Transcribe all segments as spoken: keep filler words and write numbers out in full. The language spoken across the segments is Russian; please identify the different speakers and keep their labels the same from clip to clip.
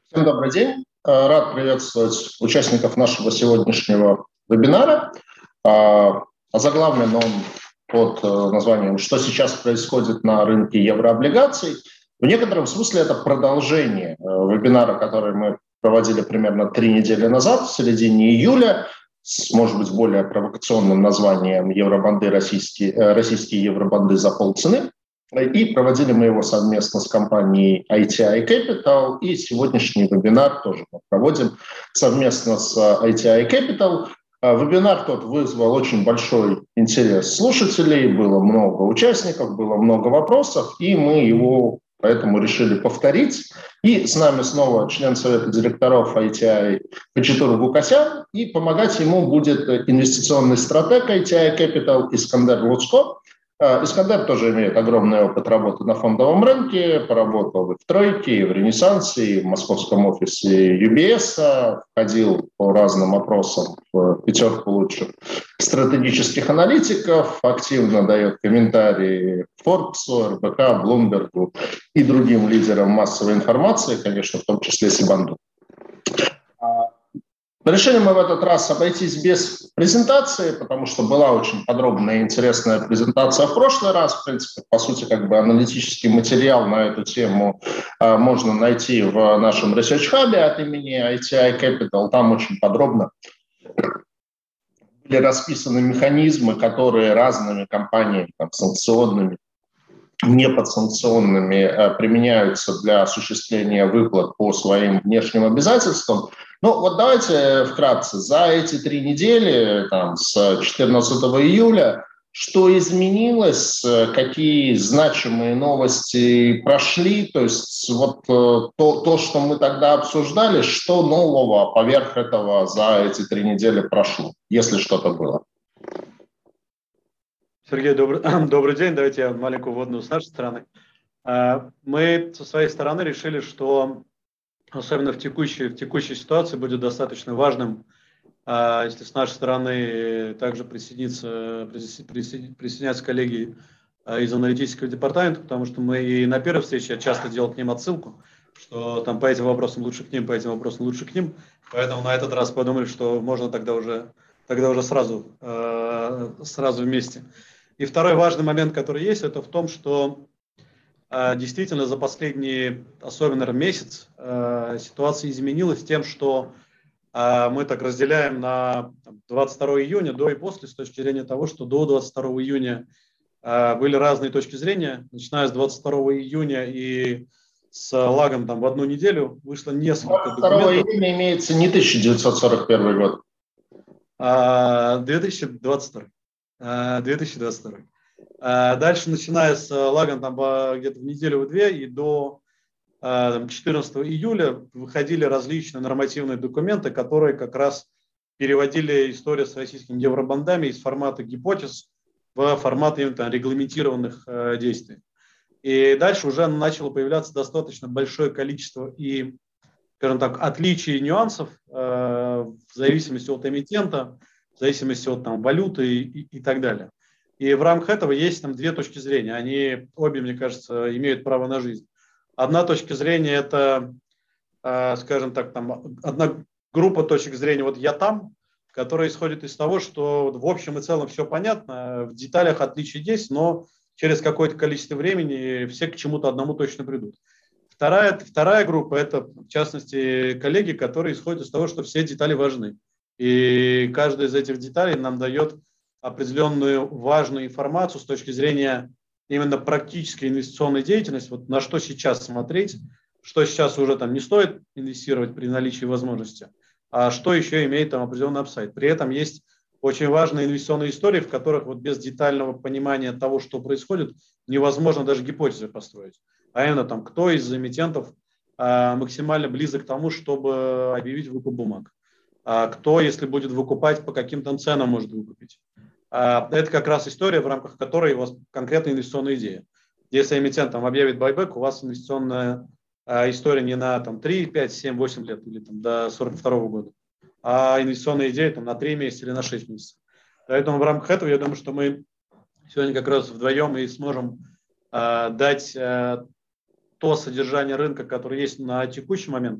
Speaker 1: Всем добрый день. Рад приветствовать участников нашего сегодняшнего вебинара. Озаглавлен он под названием «Что сейчас происходит на рынке еврооблигаций?». В некотором смысле это продолжение вебинара, который мы проводили примерно три недели назад, в середине июля, с, может быть, более провокационным названием «Евробанды, российские, российские евробанды за полцены». И проводили мы его совместно с компанией ай ти ай Capital, и сегодняшний вебинар тоже мы проводим совместно с ай ти ай Capital. Вебинар тот вызвал очень большой интерес слушателей, было много участников, было много вопросов, и мы его поэтому решили повторить. И с нами снова член совета директоров ай ти ай Хачатур Гукасян, и помогать ему будет инвестиционный стратег ай ти ай Capital Искандер Луцко. Искандер тоже имеет огромный опыт работы на фондовом рынке, поработал и в «Тройке», и в «Ренессансе», и в московском офисе ю би эс, входил по разным опросам в пятерку лучших стратегических аналитиков, активно дает комментарии Forbes, эр бэ ка, Bloomberg и другим лидерам массовой информации, конечно, в том числе Сибанду. Решили мы в этот раз обойтись без презентации, потому что была очень подробная и интересная презентация в прошлый раз. В принципе, по сути, как бы аналитический материал на эту тему э, можно найти в нашем Research Hub от имени ай ти ай Capital. Там очень подробно были расписаны механизмы, которые разными компаниями, там, санкционными, неподсанкционными, э, применяются для осуществления выплат по своим внешним обязательствам. Ну вот давайте вкратце, за эти три недели, там, с четырнадцатого июля, что изменилось, какие значимые новости прошли, то есть вот то, то, что мы тогда обсуждали, что нового поверх этого за эти три недели прошло, если что-то было.
Speaker 2: Сергей, добрый, добрый день. Давайте я маленькую вводную с нашей стороны. Мы со своей стороны решили, что особенно в текущей, в текущей ситуации будет достаточно важным, если с нашей стороны также присоединиться, присоединятся коллеги из аналитического департамента, потому что мы и на первой встрече я часто делал к ним отсылку, что там по этим вопросам лучше к ним, по этим вопросам лучше к ним. Поэтому на этот раз подумали, что можно тогда уже, тогда уже сразу, сразу вместе. И второй важный момент, который есть, это в том, что действительно за последний, особенно месяц, ситуация изменилась тем, что мы так разделяем на двадцать второго июня, до и после, с точки зрения того, что до двадцать второго июня были разные точки зрения. Начиная с двадцать второго июня и с лагом там, в одну неделю вышло несколько документов.
Speaker 1: двадцать второго июня имеется не тысяча девятьсот сорок первый год.
Speaker 2: две тысячи двадцать второй. две тысячи двадцать второй. Дальше, начиная с лагом там, где-то в неделю-две и до там, четырнадцатого июля выходили различные нормативные документы, которые как раз переводили историю с российскими евробандами из формата гипотез в формат именно там, регламентированных э, действий. И дальше уже начало появляться достаточно большое количество и, скажем так, отличий и нюансов э, в зависимости от эмитента, в зависимости от там, валюты и, и, и так далее. И в рамках этого есть там две точки зрения. Они обе, мне кажется, имеют право на жизнь. Одна точка зрения – это, э, скажем так, там, одна группа точек зрения, вот я там, которая исходит из того, что в общем и целом все понятно, в деталях отличий есть, но через какое-то количество времени все к чему-то одному точно придут. Вторая, вторая группа – это, в частности, коллеги, которые исходят из того, что все детали важны. И каждая из этих деталей нам дает определенную важную информацию с точки зрения именно практической инвестиционной деятельности, вот на что сейчас смотреть, что сейчас уже там не стоит инвестировать при наличии возможности, а что еще имеет там определенный апсайд. При этом есть очень важные инвестиционные истории, в которых вот без детального понимания того, что происходит, невозможно даже гипотезы построить. А именно там, кто из эмитентов а, максимально близок к тому, чтобы объявить выкуп бумаг. А кто, если будет выкупать, по каким там ценам может выкупить. Это как раз история, в рамках которой у вас конкретная инвестиционная идея. Если эмитент там объявит байбек, у вас инвестиционная история не на там, три, пять, семь, восемь лет или там, до сорок второго года, а инвестиционная идея там, на три месяца или на шесть месяцев. Поэтому в рамках этого я думаю, что мы сегодня как раз вдвоем и сможем э, дать э, то содержание рынка, которое есть на текущий момент,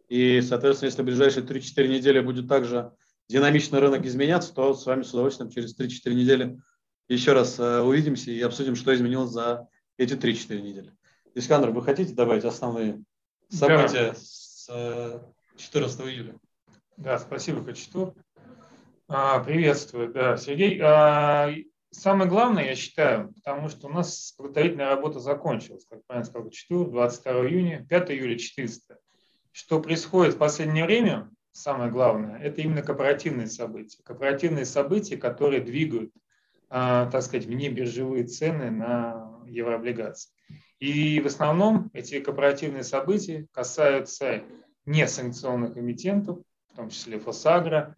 Speaker 2: И, соответственно, если в ближайшие три-четыре недели будет также динамично рынок изменяться, то с вами с удовольствием через три-четыре недели еще раз э, увидимся и обсудим, что изменилось за эти три-четыре недели. Искандер, вы хотите добавить основные события да. с э, четырнадцатого июля?
Speaker 3: Да, спасибо, Кочетур. А, приветствую, да, Сергей. А, самое главное, я считаю, потому что у нас подготовительная работа закончилась, как правильно сказал Кочетур, двадцать второго июня, пятого июля, четырнадцатого. Что происходит в последнее время, самое главное, это именно корпоративные события. Корпоративные события, которые двигают, а, так сказать, внебиржевые цены на еврооблигации. И в основном эти корпоративные события касаются несанкционных эмитентов, в том числе Фосагро,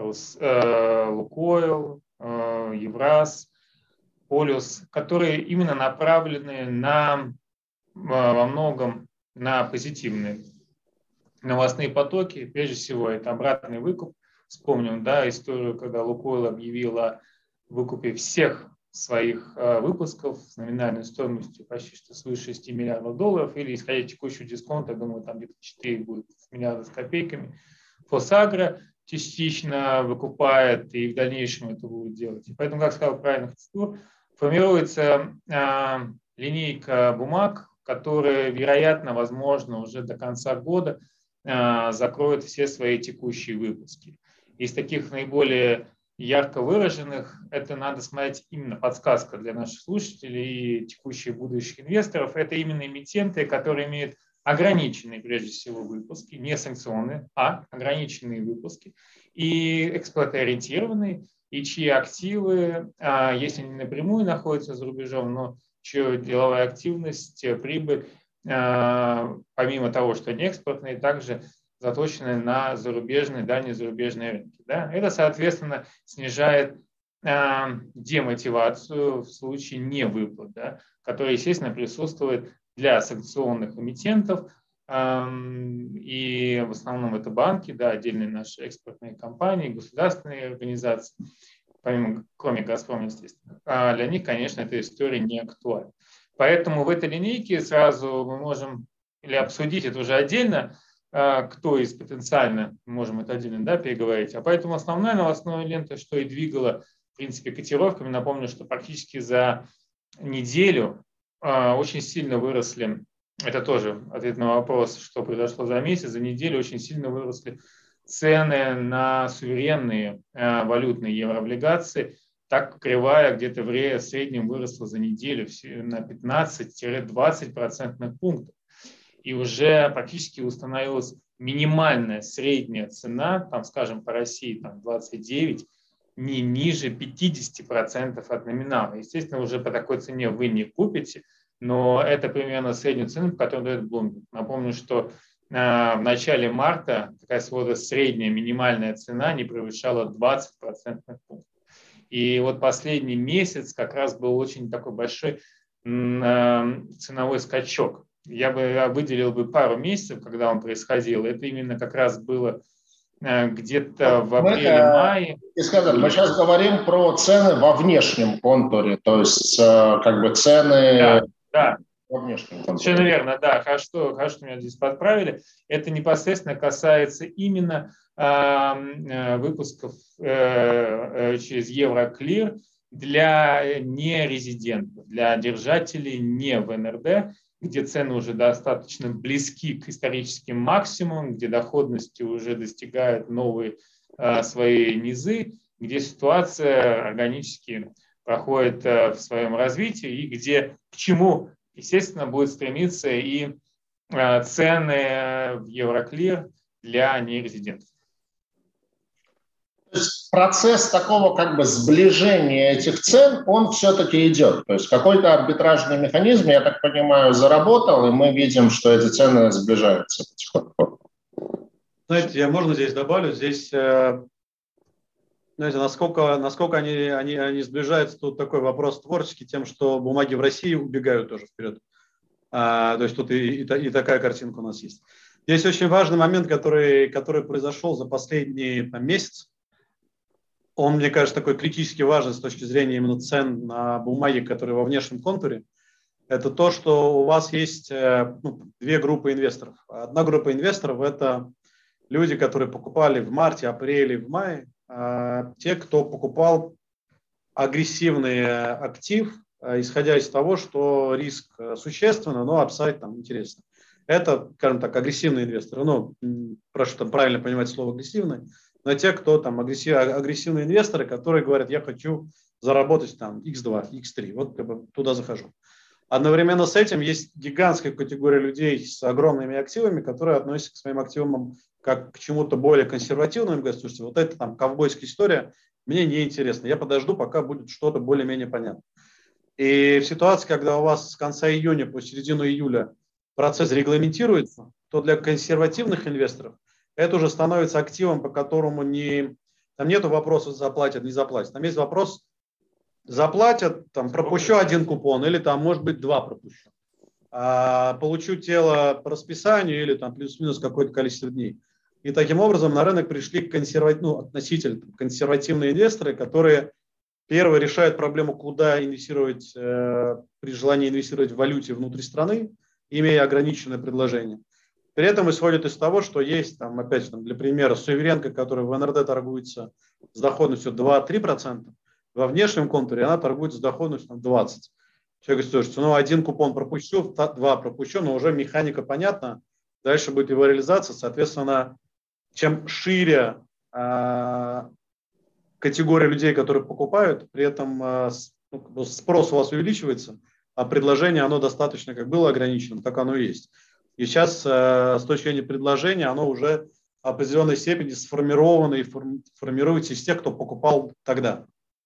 Speaker 3: Лукойл, Евраз, Полюс, которые именно направлены на, во многом на позитивные новостные потоки. Прежде всего, это обратный выкуп. Вспомним, да, историю, когда Лукойл объявил о выкупе всех своих выпусков с номинальной стоимостью почти что свыше шести миллиардов долларов, или, исходя из текущего дисконта, я думаю, там где-то четыре будет миллиарда с копейками. Фосагро частично выкупает и в дальнейшем это будет делать. И поэтому, как сказал правильно Кочетур, формируется э, линейка бумаг, которые, вероятно, возможно, уже до конца года э, закроют все свои текущие выпуски. Из таких наиболее ярко выраженных, это надо смотреть именно подсказка для наших слушателей и текущих будущих инвесторов, это именно эмитенты, которые имеют ограниченные, прежде всего, выпуски, не санкционные, а ограниченные выпуски, и экспортоориентированные, и чьи активы, если они напрямую находятся за рубежом, но чья деловая активность, прибыль, помимо того, что они экспортные, также заточены на зарубежные, дальние зарубежные рынки. Да? Это, соответственно, снижает демотивацию в случае невыплат, да, которая, естественно, присутствует для санкционных эмитентов, и в основном это банки, да, отдельные наши экспортные компании, государственные организации, помимо, кроме «Газпрома», естественно. А для них, конечно, эта история не актуальна. Поэтому в этой линейке сразу мы можем или обсудить это уже отдельно, кто из потенциально, можем это отдельно, да, переговорить. А поэтому основная новостная лента, что и двигала, в принципе, котировками, напомню, что практически за неделю очень сильно выросли, это тоже ответ на вопрос, что произошло за месяц, за неделю очень сильно выросли цены на суверенные валютные еврооблигации. Так кривая где-то в среднем выросла за неделю на пятнадцать-двадцать процентных пунктов. И уже практически установилась минимальная средняя цена, там, скажем, по России там, двадцать девять, не ниже пятьдесят процентов от номинала. Естественно, уже по такой цене вы не купите, но это примерно средняя цена, по которой дает Bloomberg. Напомню, что э, в начале марта такая своего средняя минимальная цена не превышала двадцать процентных пунктов. И вот последний месяц как раз был очень такой большой э, ценовой скачок. Я бы выделил бы пару месяцев, когда он происходил. Это именно как раз было где-то в апреле-мае.
Speaker 1: Искандер, мы сейчас говорим про цены во внешнем контуре, то есть как бы цены
Speaker 3: да, да.
Speaker 1: во внешнем контуре.
Speaker 3: Совершенно верно, да, хорошо, хорошо, что меня здесь подправили. Это непосредственно касается именно э, выпусков э, через Евроклир для нерезидентов, для держателей не в эн эр дэ, где цены уже достаточно близки к историческим максимумам, где доходности уже достигают новые э, свои низы, где ситуация органически проходит э, в своем развитии и где к чему, естественно, будет стремиться и э, цены в Евроклир для нерезидентов.
Speaker 1: То есть процесс такого как бы сближения этих цен, он все-таки идет. То есть какой-то арбитражный механизм, я так понимаю, заработал, и мы видим, что эти цены сближаются потихоньку.
Speaker 2: Знаете, я можно здесь добавлю, здесь, знаете, насколько, насколько они, они, они сближаются, тут такой вопрос творческий тем, что бумаги в России убегают тоже вперед. А, то есть тут и, и, и такая картинка у нас есть. Есть очень важный момент, который, который произошел за последний там, месяц. Он, мне кажется, такой критически важен с точки зрения именно цен на бумаги, которые во внешнем контуре. это то, что у вас есть ну, две группы инвесторов. Одна группа инвесторов – это люди, которые покупали в марте, апреле, в мае, а те, кто покупал агрессивный актив, исходя из того, что риск существенный, но апсайд там интересно. Это, скажем так, агрессивные инвесторы. Ну, прошу там правильно понимать слово агрессивный, но те, кто там агрессив, агрессивные инвесторы, которые говорят, я хочу заработать там икс два, икс три, вот как бы туда захожу. Одновременно с этим есть гигантская категория людей с огромными активами, которые относятся к своим активам как к чему-то более консервативному. Говорят, слушайте, вот это там ковбойская история мне не интересно. Я подожду, пока будет что-то более-менее понятно. И в ситуации, когда у вас с конца июня по середину июля процесс регламентируется, то для консервативных инвесторов это уже становится активом, по которому не, там нет вопроса заплатят, не заплатят. Там есть вопрос, заплатят, там, пропущу один купон или там, может быть, два пропущу. А, получу тело по расписанию или там плюс-минус какое-то количество дней. И таким образом на рынок пришли консерватив... ну, относительно консервативные инвесторы, которые первые решают проблему, куда инвестировать э, при желании инвестировать в валюте внутри страны, имея ограниченное предложение. При этом исходит из того, что есть, там, опять же, там, для примера, суверенка, которая в эн эр дэ торгуется с доходностью два-три процента, во внешнем контуре она торгуется с доходностью двадцать процентов. Человек говорит, слушайте, ну один купон пропущу, два пропущу, но уже механика понятна, дальше будет его реализация, соответственно, чем шире э, категория людей, которые покупают, при этом э, спрос у вас увеличивается, а предложение оно достаточно, как было ограничено, так оно и есть. И сейчас э, с точки зрения предложения оно уже в определенной степени сформировано и форм, формируется из тех, кто покупал тогда.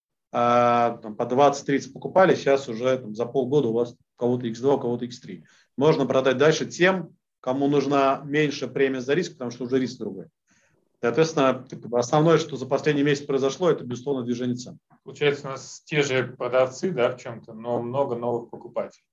Speaker 2: А, там, по двадцать-тридцать покупали, сейчас уже там, за полгода у вас у кого-то икс два, у кого-то икс три. Можно продать дальше тем, кому нужна меньше премия за риск, потому что уже риск другой. Соответственно, основное, что за последний месяц произошло, это, безусловно, движение цен.
Speaker 3: Получается, у нас те же продавцы, да, в чем-то, но много новых покупателей.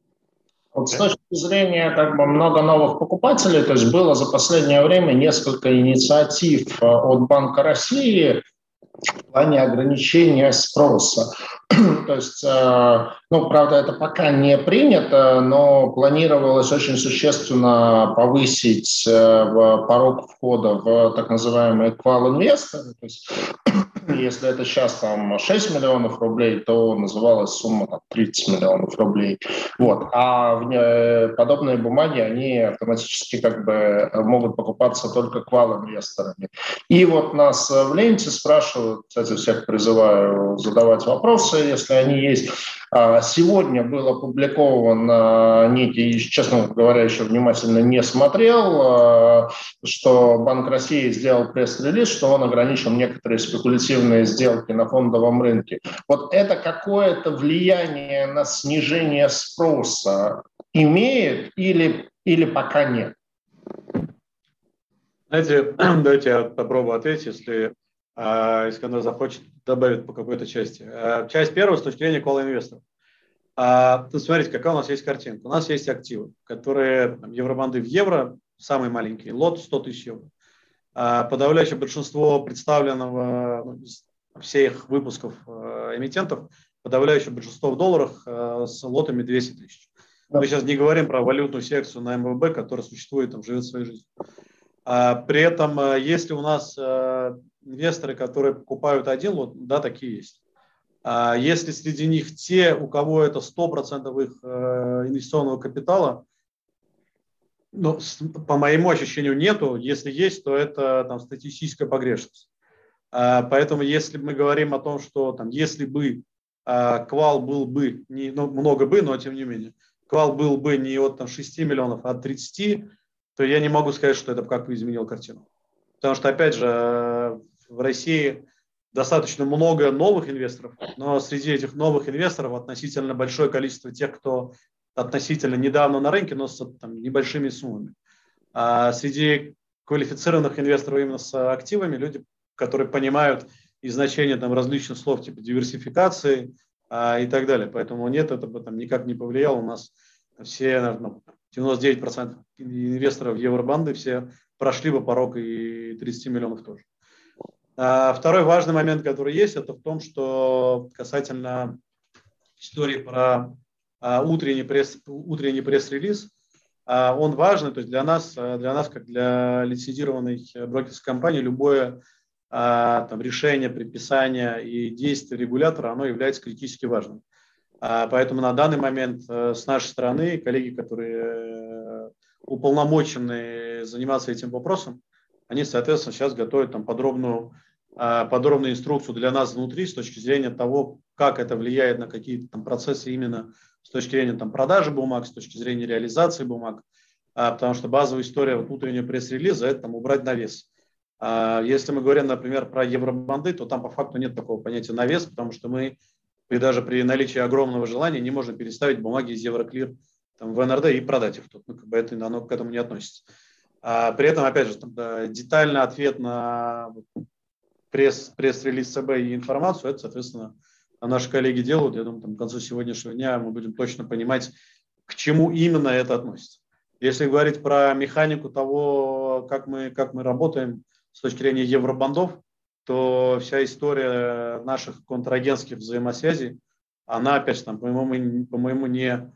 Speaker 1: Вот с точки зрения как бы много новых покупателей, то есть было за последнее время несколько инициатив от Банка России в плане ограничения спроса. То есть, ну, правда, это пока не принято, но планировалось очень существенно повысить порог входа в так называемые квал-инвесторы. То есть, если это сейчас там шесть миллионов рублей, то называлась сумма там, тридцать миллионов рублей. Вот. А подобные бумаги, они автоматически как бы могут покупаться только квал-инвесторами. И вот нас в ленте спрашивают, кстати, всех призываю задавать вопросы, если они есть. Сегодня был опубликован некий, честно говоря, еще внимательно не смотрел, что Банк России сделал пресс-релиз, что он ограничил некоторые спекулятивные сделки на фондовом рынке. Вот это какое-то влияние на снижение спроса имеет или, или пока нет?
Speaker 2: Знаете, давайте я попробую ответить, если э, Искандер захочет добавить по какой-то части. Э, часть первая с точки зрения колл-инвесторов. Э, смотрите, какая у нас есть картинка. У нас есть активы, которые там, евробанды в евро, самый маленький лот сто тысяч евро. Э, подавляющее большинство представленного ну, из всех выпусков э, эмитентов, подавляющее большинство в долларах э, с лотами двести тысяч. Мы сейчас не говорим про валютную секцию на эм вэ бэ, которая существует, там, живет своей жизнью. А, при этом, если у нас а, инвесторы, которые покупают один лот, да, такие есть. А если среди них те, у кого это сто процентов их а, инвестиционного капитала, ну, с, по моему ощущению нету. Если есть, то это там, статистическая погрешность. А, поэтому если мы говорим о том, что там, если бы а, квал был бы, не, ну, много бы, но тем не менее, квал был бы не от там, шести миллионов, а от тридцати, то я не могу сказать, что это как бы изменило картину. Потому что, опять же, в России достаточно много новых инвесторов, но среди этих новых инвесторов относительно большое количество тех, кто относительно недавно на рынке, но с там, небольшими суммами. А среди квалифицированных инвесторов именно с активами, люди, которые понимают и значение там, различных слов типа диверсификации, а, и так далее. Поэтому нет, это бы там никак не повлияло. У нас все, наверное, девяносто девять процентов инвесторов евробанды все прошли бы порог и тридцать миллионов тоже. А, второй важный момент, который есть, это в том, что касательно истории про утренний, пресс, утренний пресс-релиз, он важный, то есть для нас, для нас, как для лицензированной брокерской компании, любое там, решение, предписание и действие регулятора, оно является критически важным. Поэтому на данный момент с нашей стороны коллеги, которые уполномочены заниматься этим вопросом, они, соответственно, сейчас готовят там подробную, подробную инструкцию для нас внутри с точки зрения того, как это влияет на какие-то там процессы именно с точки зрения там, продажи бумаг, с точки зрения реализации бумаг, потому что базовая история вот, утреннего пресс-релиза – это там, убрать навес. Если мы говорим, например, про евробанды, то там по факту нет такого понятия навес, потому что мы и даже при наличии огромного желания не можем переставить бумаги из Евроклир там, в эн эр дэ и продать их тут. Ну, как бы это, оно к этому не относится. А при этом, опять же, там, да, детальный ответ на пресс, пресс-релиз цэ бэ и информацию, это, соответственно, наши коллеги делают. Я думаю, там, к концу сегодняшнего дня мы будем точно понимать, к чему именно это относится. Если говорить про механику того, как мы, как мы работаем с точки зрения евробандов, то вся история наших контрагентских взаимосвязей, она, опять же, там, по-моему, по-моему не,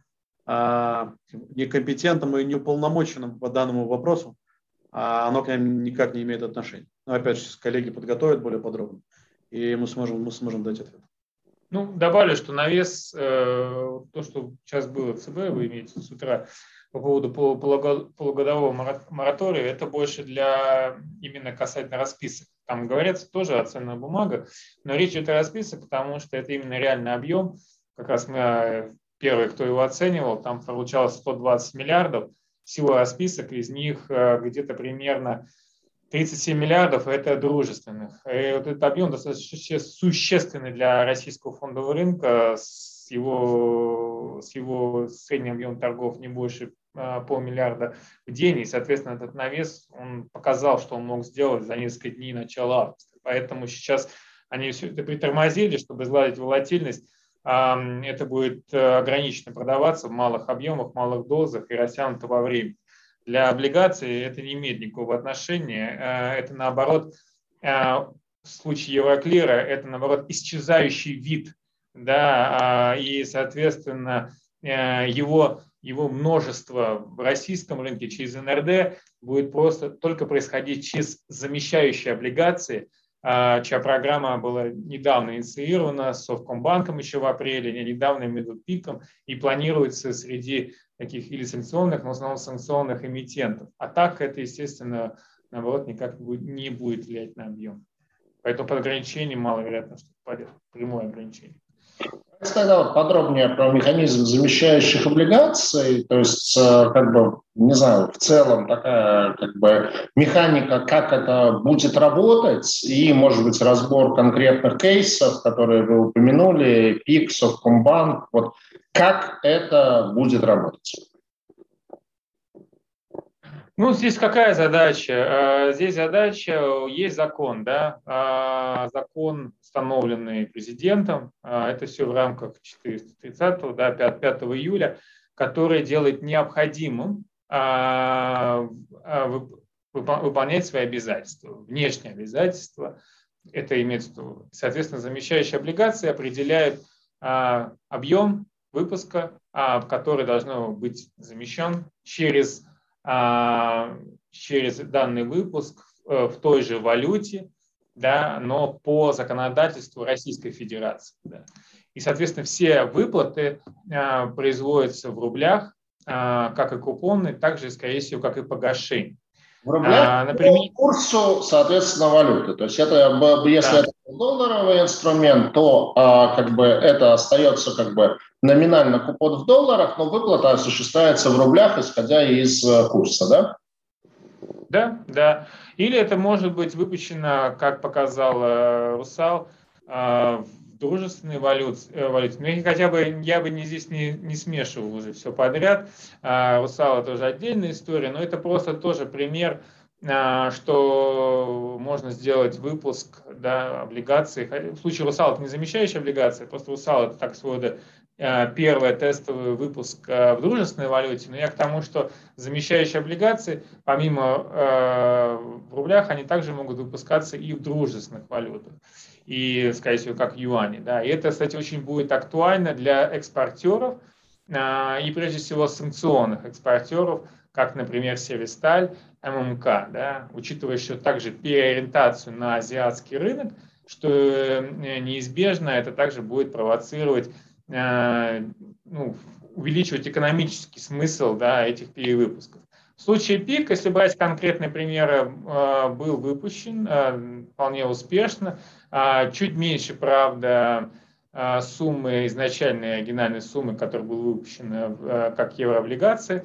Speaker 2: а, некомпетентному и неуполномоченному по данному вопросу, а оно к ним никак не имеет отношения. Но, опять же, коллеги подготовят более подробно, и мы сможем, мы сможем дать ответ.
Speaker 3: Ну, добавлю, что навес, э, то, что сейчас было в цэ бэ, вы имеете с утра, по поводу полугодового моратория, это больше для именно касательно расписок. Там говорится тоже о ценных бумагах, но речь идет о расписках, потому что это именно реальный объем. Как раз мы первый, кто его оценивал, там получалось сто двадцать миллиардов всего расписок, из них где-то примерно тридцать семь миллиардов – это дружественных. И вот этот объем достаточно существенный для российского фондового рынка с его, с его средним объемом торгов не больше полмиллиарда в день. И, соответственно, этот навес он показал, что он мог сделать за несколько дней начала августа. Поэтому сейчас они все это притормозили, чтобы сгладить волатильность. Это будет ограниченно продаваться в малых объемах, малых дозах и растянуто во времени. Для облигаций это не имеет никакого отношения. Это, наоборот, в случае Евроклира, это, наоборот, исчезающий вид. Да, и, соответственно, его, его множество в российском рынке через эн эр дэ будет просто только происходить через замещающие облигации, чья программа была недавно инициирована с Совкомбанком еще в апреле, недавно Медупиком, и планируется среди таких или санкционных, но в основном санкционных эмитентов. А так это, естественно, наоборот, никак не будет влиять на объем. Поэтому под ограничением маловероятно, что попадет прямое ограничение.
Speaker 1: Тогда вот подробнее про механизм замещающих облигаций, то есть, как бы, не знаю, в целом такая, как бы, механика, как это будет работать, и, может быть, разбор конкретных кейсов, которые вы упомянули, ПИК, Совкомбанк, вот как это будет работать?
Speaker 3: Ну, здесь какая задача? Здесь задача, есть закон, да, закон, установленный президентом, это все в рамках четыреста тридцатого, да, пятого июля, который делает необходимым выполнять свои обязательства, внешние обязательства. Это имеется в виду, соответственно, замещающие облигации определяют объем выпуска, который должно быть замещен через через данный выпуск в той же валюте, да, но по законодательству Российской Федерации. Да. И, соответственно, все выплаты а, производятся в рублях, а, как и купоны, так же, скорее всего, как и погашение.
Speaker 1: В рублях
Speaker 3: а, например,
Speaker 1: по курсу, соответственно, валюты. То есть это, если да. это долларовый инструмент, то а, как бы это остается как бы номинально купон в долларах, но выплата осуществляется в рублях, исходя из курса, да?
Speaker 3: Да, да. Или это может быть выпущено, как показал э, Русал, э, в дружественной валюте. Э, Но хотя бы я бы не, здесь не, не смешивал уже все подряд. Э, Русал это уже отдельная история, но это просто тоже пример, э, что можно сделать выпуск, да, облигаций. В случае Русал это не замещающая облигация, просто Русал это так своего первый тестовый выпуск в дружественной валюте, но я к тому, что замещающие облигации, помимо э, в рублях, они также могут выпускаться и в дружественных валютах, и, скорее всего, как юани. Да. И это, кстати, очень будет актуально для экспортеров, и прежде всего санкционных экспортеров, как, например, Северсталь, эм эм ка, да, учитывая еще также переориентацию на азиатский рынок, что неизбежно это также будет провоцировать, ну, увеличивать экономический смысл, да, этих перевыпусков. В случае ПИК, если брать конкретные примеры, был выпущен вполне успешно, чуть меньше, правда, суммы, изначальной оригинальной суммы, которая была выпущена как еврооблигации.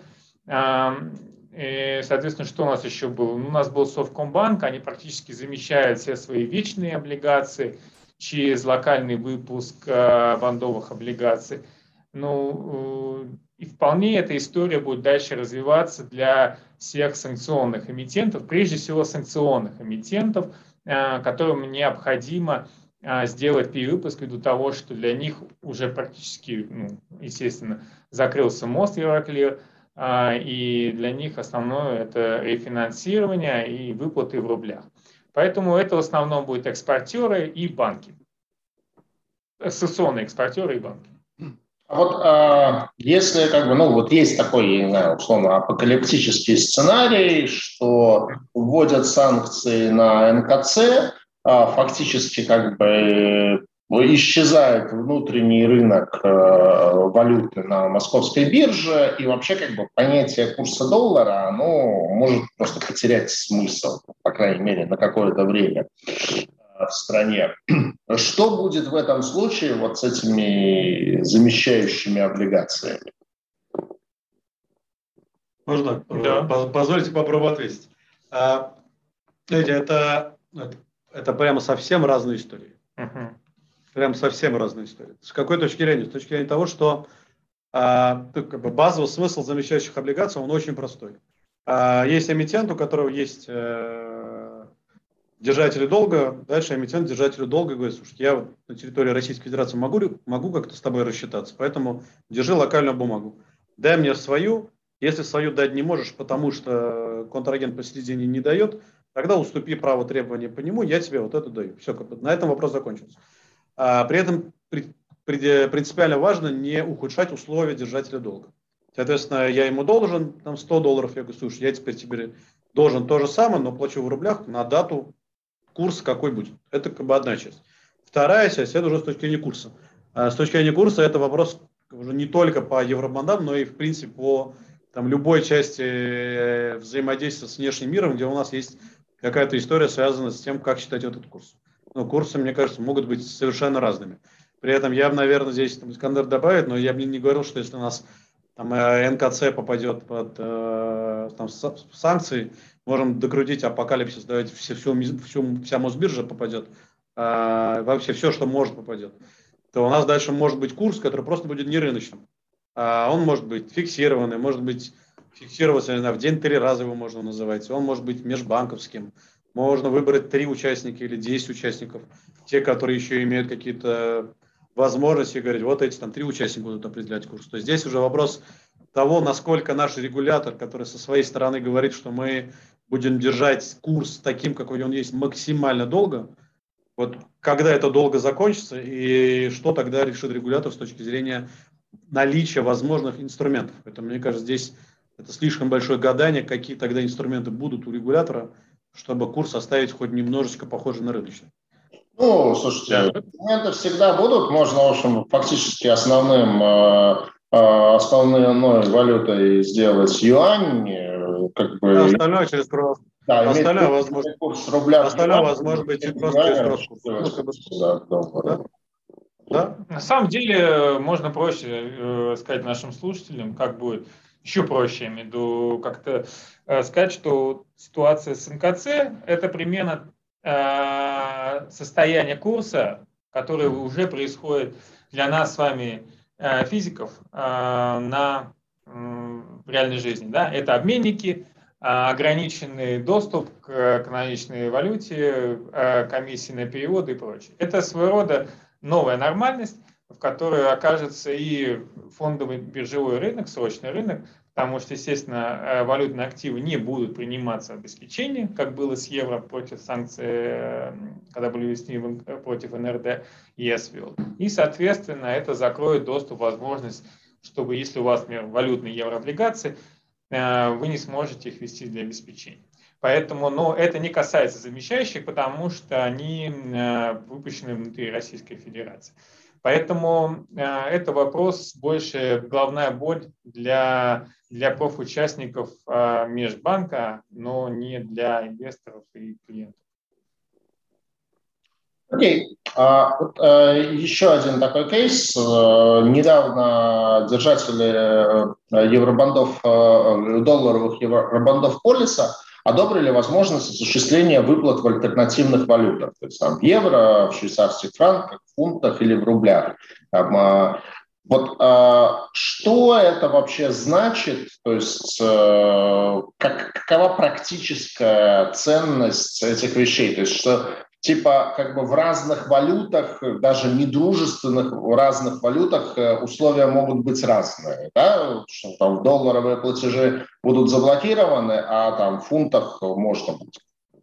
Speaker 3: И, соответственно, что у нас еще было? У нас был Совкомбанк, они практически замещают все свои вечные облигации через локальный выпуск бандовых облигаций. Ну, и вполне эта история будет дальше развиваться для всех санкционных эмитентов, прежде всего санкционных эмитентов, которым необходимо сделать перевыпуск ввиду того, что для них уже практически, ну, естественно, закрылся мост Евроклир, и для них основное это рефинансирование и выплаты в рублях. Поэтому это в основном будут экспортеры и банки, санкционные экспортеры и банки.
Speaker 1: А вот а, если как бы, ну вот есть такой, я не знаю, условно апокалиптический сценарий, что вводят санкции на эн ка цэ, а, фактически как бы исчезает внутренний рынок э, валюты на московской бирже, и вообще как бы понятие курса доллара, оно может просто потерять смысл, по крайней мере, на какое-то время в стране. Что будет в этом случае вот с этими замещающими облигациями?
Speaker 2: Можно? Да. Позвольте попробовать ответить. А, знаете, это, это, это прямо совсем разные истории. Uh-huh. Прям совсем разные истории. С какой точки зрения? С точки зрения того, что а, как бы базовый смысл замещающих облигаций, он очень простой. А, есть эмитент, у которого есть э, держатели долга, дальше эмитент держателю долга говорит: слушай, я вот на территории Российской Федерации могу, могу как-то с тобой рассчитаться, поэтому держи локальную бумагу. Дай мне свою, если свою дать не можешь, потому что контрагент посередине не дает, тогда уступи право требования по нему, я тебе вот это даю. Все, как бы на этом вопрос закончился. А при этом при, при, принципиально важно не ухудшать условия держателя долга. Соответственно, я ему должен там, сто долларов, я говорю: слушай, я теперь тебе должен то же самое, но плачу в рублях на дату, курс какой будет. Это как бы одна часть. Вторая часть, это уже с точки зрения курса. А с точки зрения курса это вопрос уже не только по евробандам, но и в принципе по там, любой части взаимодействия с внешним миром, где у нас есть какая-то история, связанная с тем, как считать этот курс. Ну, курсы, мне кажется, могут быть совершенно разными. При этом я бы, наверное, здесь там, Искандер добавит, но я бы не говорил, что если у нас там, эн ка цэ попадет под э, там, санкции, можем докрутить апокалипсис, давайте все, всю, всю, вся Мосбиржа попадет, э, вообще все, что может, попадет, то у нас дальше может быть курс, который просто будет не рыночным. А он может быть фиксированный, может быть фиксироваться, не знаю, в день три раза его можно называть, он может быть межбанковским. Можно выбрать три участника или десять участников, те, которые еще имеют какие-то возможности, говорить, вот эти там три участника будут определять курс. То есть здесь уже вопрос того, насколько наш регулятор, который со своей стороны говорит, что мы будем держать курс таким, какой он есть, максимально долго, вот когда это долго закончится и что тогда решит регулятор с точки зрения наличия возможных инструментов. Поэтому, мне кажется, здесь это слишком большое гадание, какие тогда инструменты будут у регулятора, чтобы курс оставить хоть немножечко похожий на рыночный.
Speaker 1: Ну, слушайте, инструменты всегда будут. Можно, в общем, фактически основным, основной валютой сделать юань. Как бы,
Speaker 2: а остальное через кросс.
Speaker 1: Да,
Speaker 2: остальное возможно,
Speaker 1: курс рубля.
Speaker 2: Остальное возможно быть просто через кросс-курс.
Speaker 1: Да, да, да.
Speaker 3: Да? На самом деле можно проще э, сказать нашим слушателям, как будет еще проще, я имею в виду, как-то э, сказать, что ситуация с эн ка цэ это примерно э, состояние курса, которое уже происходит для нас с вами э, физиков э, на э, в реальной жизни. Да? Это обменники, э, ограниченный доступ к, к наличной валюте, э, комиссии на переводы и прочее. Это своего рода новая нормальность, в которой окажется и фондовый биржевой рынок, срочный рынок, потому что, естественно, валютные активы не будут приниматься в обеспечение, как было с евро против санкций, когда были введены против эн эр дэ и эс вэ эл. И, соответственно, это закроет доступ, возможность чтобы если у вас, например, валютные еврооблигации, вы не сможете их ввести для обеспечения. Поэтому, но это не касается замещающих, потому что они выпущены внутри Российской Федерации. Поэтому это вопрос больше головная боль для, для профучастников межбанка, но не для инвесторов и клиентов.
Speaker 1: Окей. Okay. А, вот, а, еще один такой кейс. Недавно держатели евробандов, долларовых евробандов Полиса одобрили возможность осуществления выплат в альтернативных валютах, то есть там в евро, в швейцарских франках, в фунтах или в рублях. Там, а, вот а, что это вообще значит? То есть а, как, какова практическая ценность этих вещей? То есть что типа как бы в разных валютах, даже недружественных в разных валютах условия могут быть разные, да? Что там долларовые платежи будут заблокированы, а там в фунтах можно будет.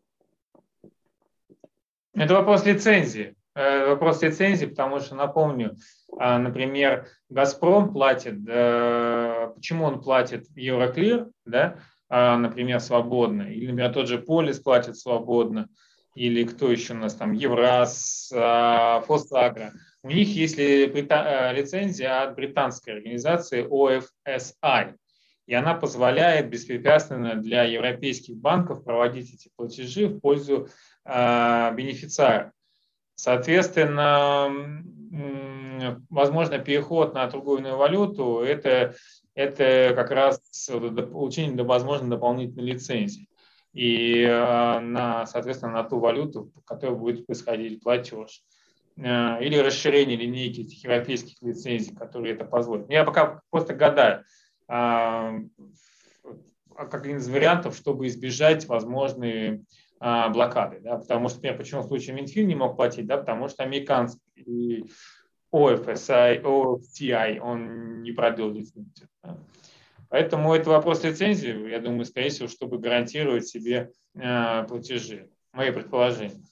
Speaker 3: Это вопрос лицензии. Вопрос лицензии, потому что, напомню, например, «Газпром» платит, почему он платит Евроклир, да, например, свободно, или, например, тот же Полис платит свободно, или кто еще у нас там, Евраз, Фосагро. У них есть лицензия от британской организации о эф эс ай, и она позволяет беспрепятственно для европейских банков проводить эти платежи в пользу э, бенефициара. Соответственно, возможно, переход на другую валюту – это, это как раз получение, возможно, дополнительной лицензии. И, на, соответственно, на ту валюту, в которой будет происходить платеж. Или расширение линейки этих европейских лицензий, которые это позволят. Я пока просто гадаю, как один из вариантов, чтобы избежать возможные блокады. Да? Потому что, например, почему в случае Минфин не мог платить? Да? Потому что американский о эф эс ай, о эф ти ай, он не продлил лицензию. Да? Поэтому это вопрос лицензии, я думаю, скорее всего, чтобы гарантировать себе э, платежи. Мои предположения.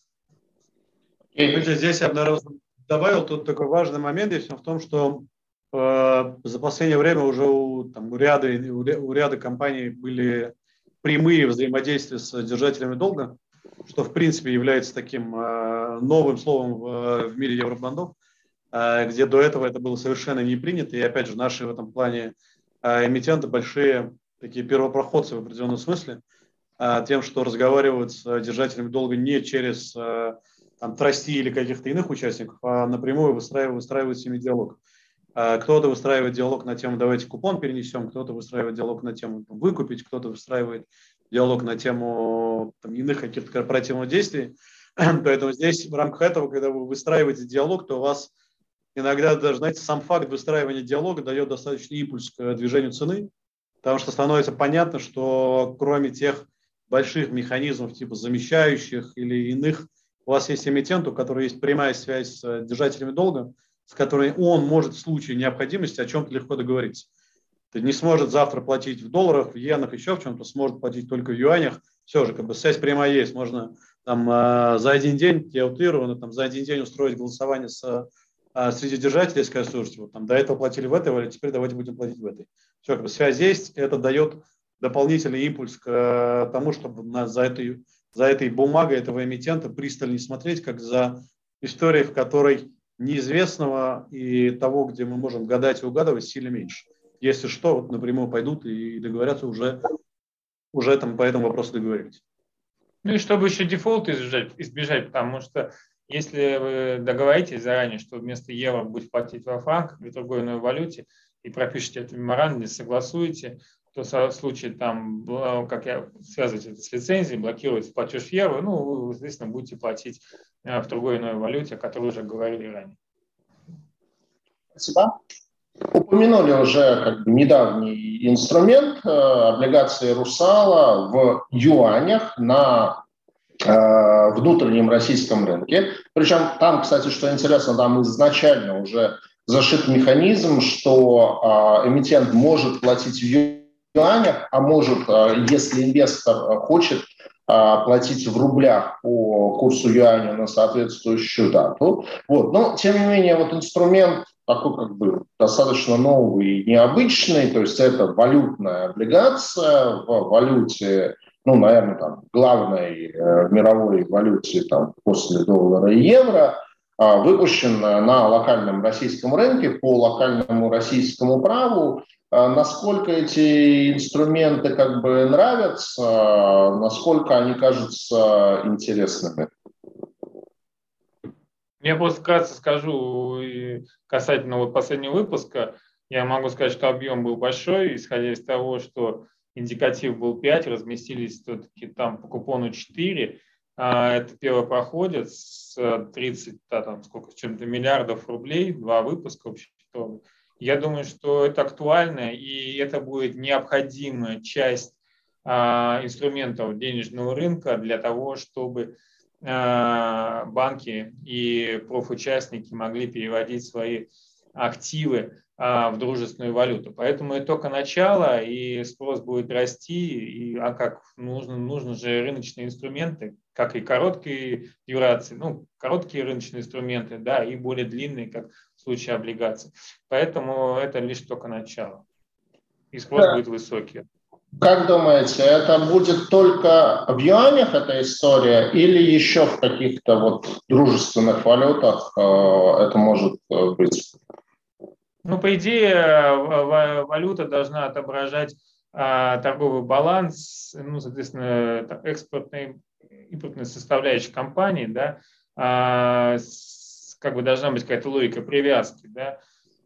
Speaker 2: Здесь я бы, наверное, добавил тут такой важный момент есть в том, что э, за последнее время уже у, там, у, ряда, у, у ряда компаний были прямые взаимодействия с держателями долга, что в принципе является таким э, новым словом в, в мире евробандов, э, где до этого это было совершенно не принято. И опять же, наши в этом плане эмитенты большие такие первопроходцы в определенном смысле, тем, что разговаривают с держателями долга не через там, трасти или каких-то иных участников, а напрямую выстраивают, выстраивают с ними диалог. Кто-то выстраивает диалог на тему «давайте купон перенесем», кто-то выстраивает диалог на тему там, «выкупить», кто-то выстраивает диалог на тему там, иных каких-то корпоративных действий. Поэтому здесь в рамках этого, когда вы выстраиваете диалог, то у вас иногда даже, знаете, сам факт выстраивания диалога дает достаточный импульс к движению цены, потому что становится понятно, что кроме тех больших механизмов типа замещающих или иных, у вас есть эмитент, у которого есть прямая связь с держателями долга, с которой он может в случае необходимости о чем-то легко договориться. Ты не сможет завтра платить в долларах, в иенах, еще в чем-то, сможет платить только в юанях. Все же, как бы связь прямая есть. Можно там за один день, я утрированно, там за один день устроить голосование с среди держателей, сказать, слушайте, вот там до этого платили в этой валюте, теперь давайте будем платить в этой. Все, как бы связь есть, это дает дополнительный импульс к тому, чтобы на, за, этой, за этой бумагой этого эмитента пристальнее смотреть, как за историей, в которой неизвестного и того, где мы можем гадать и угадывать, сильно меньше. Если что, вот напрямую пойдут и договорятся уже, уже там по этому вопросу договорились.
Speaker 3: Ну и чтобы еще дефолт избежать, избежать, потому что если вы договоритесь заранее, что вместо евро будете платить во франках или другой иной валюте, и пропишите это в меморандуме, согласуете, то в случае, там, как я связываете это с лицензией, блокируете платеж в евро, ну, вы, естественно, будете платить в другой иной валюте, о которой уже говорили ранее.
Speaker 1: Спасибо. Упомянули уже как бы недавний инструмент, э, облигации Русала в юанях на э, внутреннем российском рынке. Причем там, кстати, что интересно, там изначально уже зашит механизм, что э, эмитент может платить в юанях, а может, э, если инвестор хочет, платить в рублях по курсу юаня на соответствующую дату. Вот. Но, тем не менее, вот инструмент такой как бы достаточно новый и необычный, то есть это валютная облигация в валюте, ну, наверное, там, главной э, мировой валюте там, после доллара и евро, э, выпущенная на локальном российском рынке по локальному российскому праву. Э, насколько эти инструменты как бы нравятся, э, насколько они кажутся интересными?
Speaker 3: Я просто вкратце скажу касательно вот последнего выпуска. Я могу сказать, что объем был большой, исходя из того, что индикатив был пять, разместились все-таки там по купону четыре. Это первый проходит с тридцати, да, там сколько, с чем-то миллиардов рублей, два выпуска вообще. Я думаю, что это актуально, и это будет необходимая часть инструментов денежного рынка для того, чтобы банки и профучастники могли переводить свои активы в дружественную валюту. Поэтому это только начало, и спрос будет расти, и, а как нужно, нужны же рыночные инструменты, как и короткие дюрации, ну, короткие рыночные инструменты, да, и более длинные, как в случае облигаций. Поэтому это лишь только начало, и спрос
Speaker 1: Да.
Speaker 3: будет высокий.
Speaker 1: Как думаете, это будет только в юанях эта история или еще в каких-то вот дружественных валютах э, это может быть?
Speaker 3: Ну, по идее, валюта должна отображать а, торговый баланс, ну, соответственно, экспортной, импортной составляющей компании, да, а, с, как бы должна быть какая-то логика привязки, да,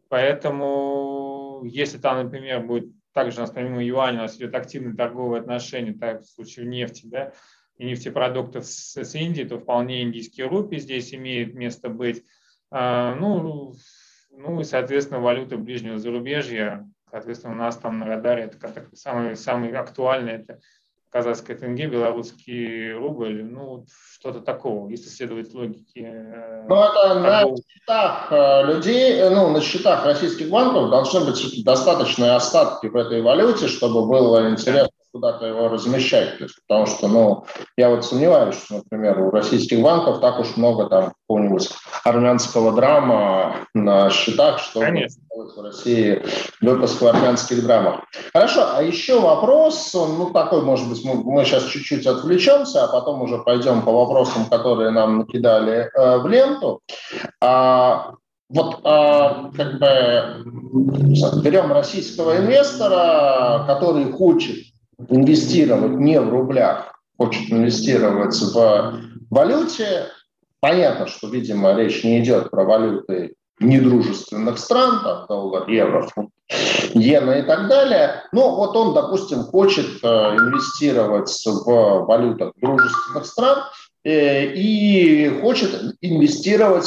Speaker 3: поэтому, если там, например, будет также у нас помимо юаня у нас идет активные торговые отношения, так в случае нефти, да, и нефтепродуктов с, с Индией, то вполне индийские рупии здесь имеют место быть. А, ну, ну и, соответственно, валюты ближнего зарубежья, соответственно, у нас там на радаре это как самый, самый актуальный, это казахская тенге, белорусский рубль, ну, что-то такого, если следовать логике.
Speaker 1: Ну, это
Speaker 3: торгов...
Speaker 1: на счетах людей, ну, на счетах российских банков должны быть достаточные остатки в этой валюте, чтобы было интересно куда-то его размещать. То есть, потому что, ну, я вот сомневаюсь, что, например, у российских банков так уж много там какого-нибудь армянского драма на счетах, чтобы
Speaker 3: Конечно.
Speaker 1: в России выпуск в армянских драмах. Хорошо, а еще вопрос, ну, такой, может быть, мы, мы сейчас чуть-чуть отвлечемся, а потом уже пойдем по вопросам, которые нам накидали э, в ленту. А, вот а, как бы берем российского инвестора, который хочет инвестировать не в рублях, хочет инвестировать в валюте. Понятно, что, видимо, речь не идет про валюты недружественных стран, там, доллар, евро, фунт, иена и так далее. Но вот он, допустим, хочет э, инвестировать в валютах дружественных стран э, и хочет инвестировать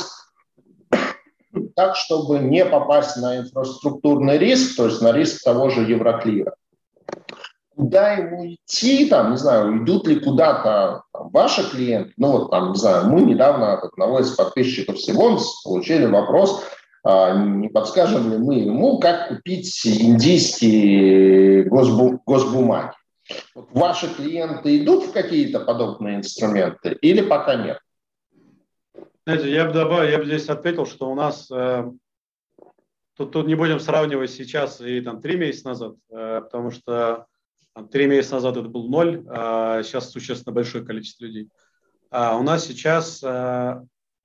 Speaker 1: так, чтобы не попасть на инфраструктурный риск, то есть на риск того же Евроклира. Куда ему идти, там, не знаю, идут ли куда-то там, ваши клиенты, ну вот там, не знаю, мы недавно от одного из подписчиков Сивонс получили вопрос, а, не подскажем ли мы ему, как купить индийские госбу- госбумаги. Вот ваши клиенты идут в какие-то подобные инструменты или пока нет?
Speaker 2: Знаете, я бы добавил, я бы здесь ответил, что у нас э, тут, тут не будем сравнивать сейчас и там три месяца назад, э, потому что там, три месяца назад это был ноль, а сейчас существенно большое количество людей. А у нас сейчас э,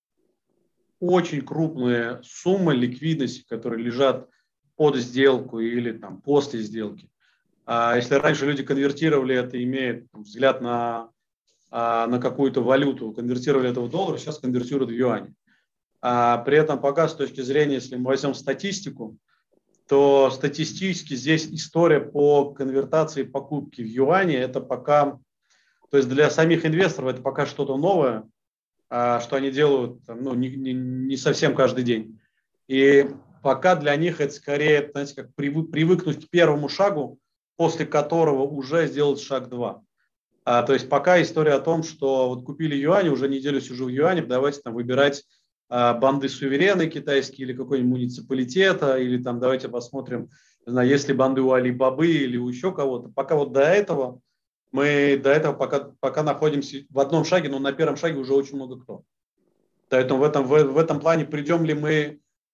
Speaker 2: очень крупные суммы ликвидности, которые лежат под сделку или там после сделки. А если раньше люди конвертировали это, имея там, взгляд на на какую-то валюту, конвертировали это в доллар, сейчас конвертируют в юани. А при этом пока с точки зрения, если мы возьмем статистику, то статистически здесь история по конвертации покупки в юани, это пока, то есть для самих инвесторов это пока что-то новое, что они делают ну, не, не, не совсем каждый день. И пока для них это скорее, знаете, как привыкнуть к первому шагу, после которого уже сделать шаг два. А, то есть пока история о том, что вот купили юани, уже неделю сижу в юане, давайте там выбирать а, банды суверены китайские или какой-нибудь муниципалитета, или там давайте посмотрим, не знаю, есть ли банды у Алибабы или у еще кого-то. Пока вот до этого, мы до этого пока, пока находимся в одном шаге, но на первом шаге уже очень много кто. Поэтому в этом, в, в этом плане придем ли мы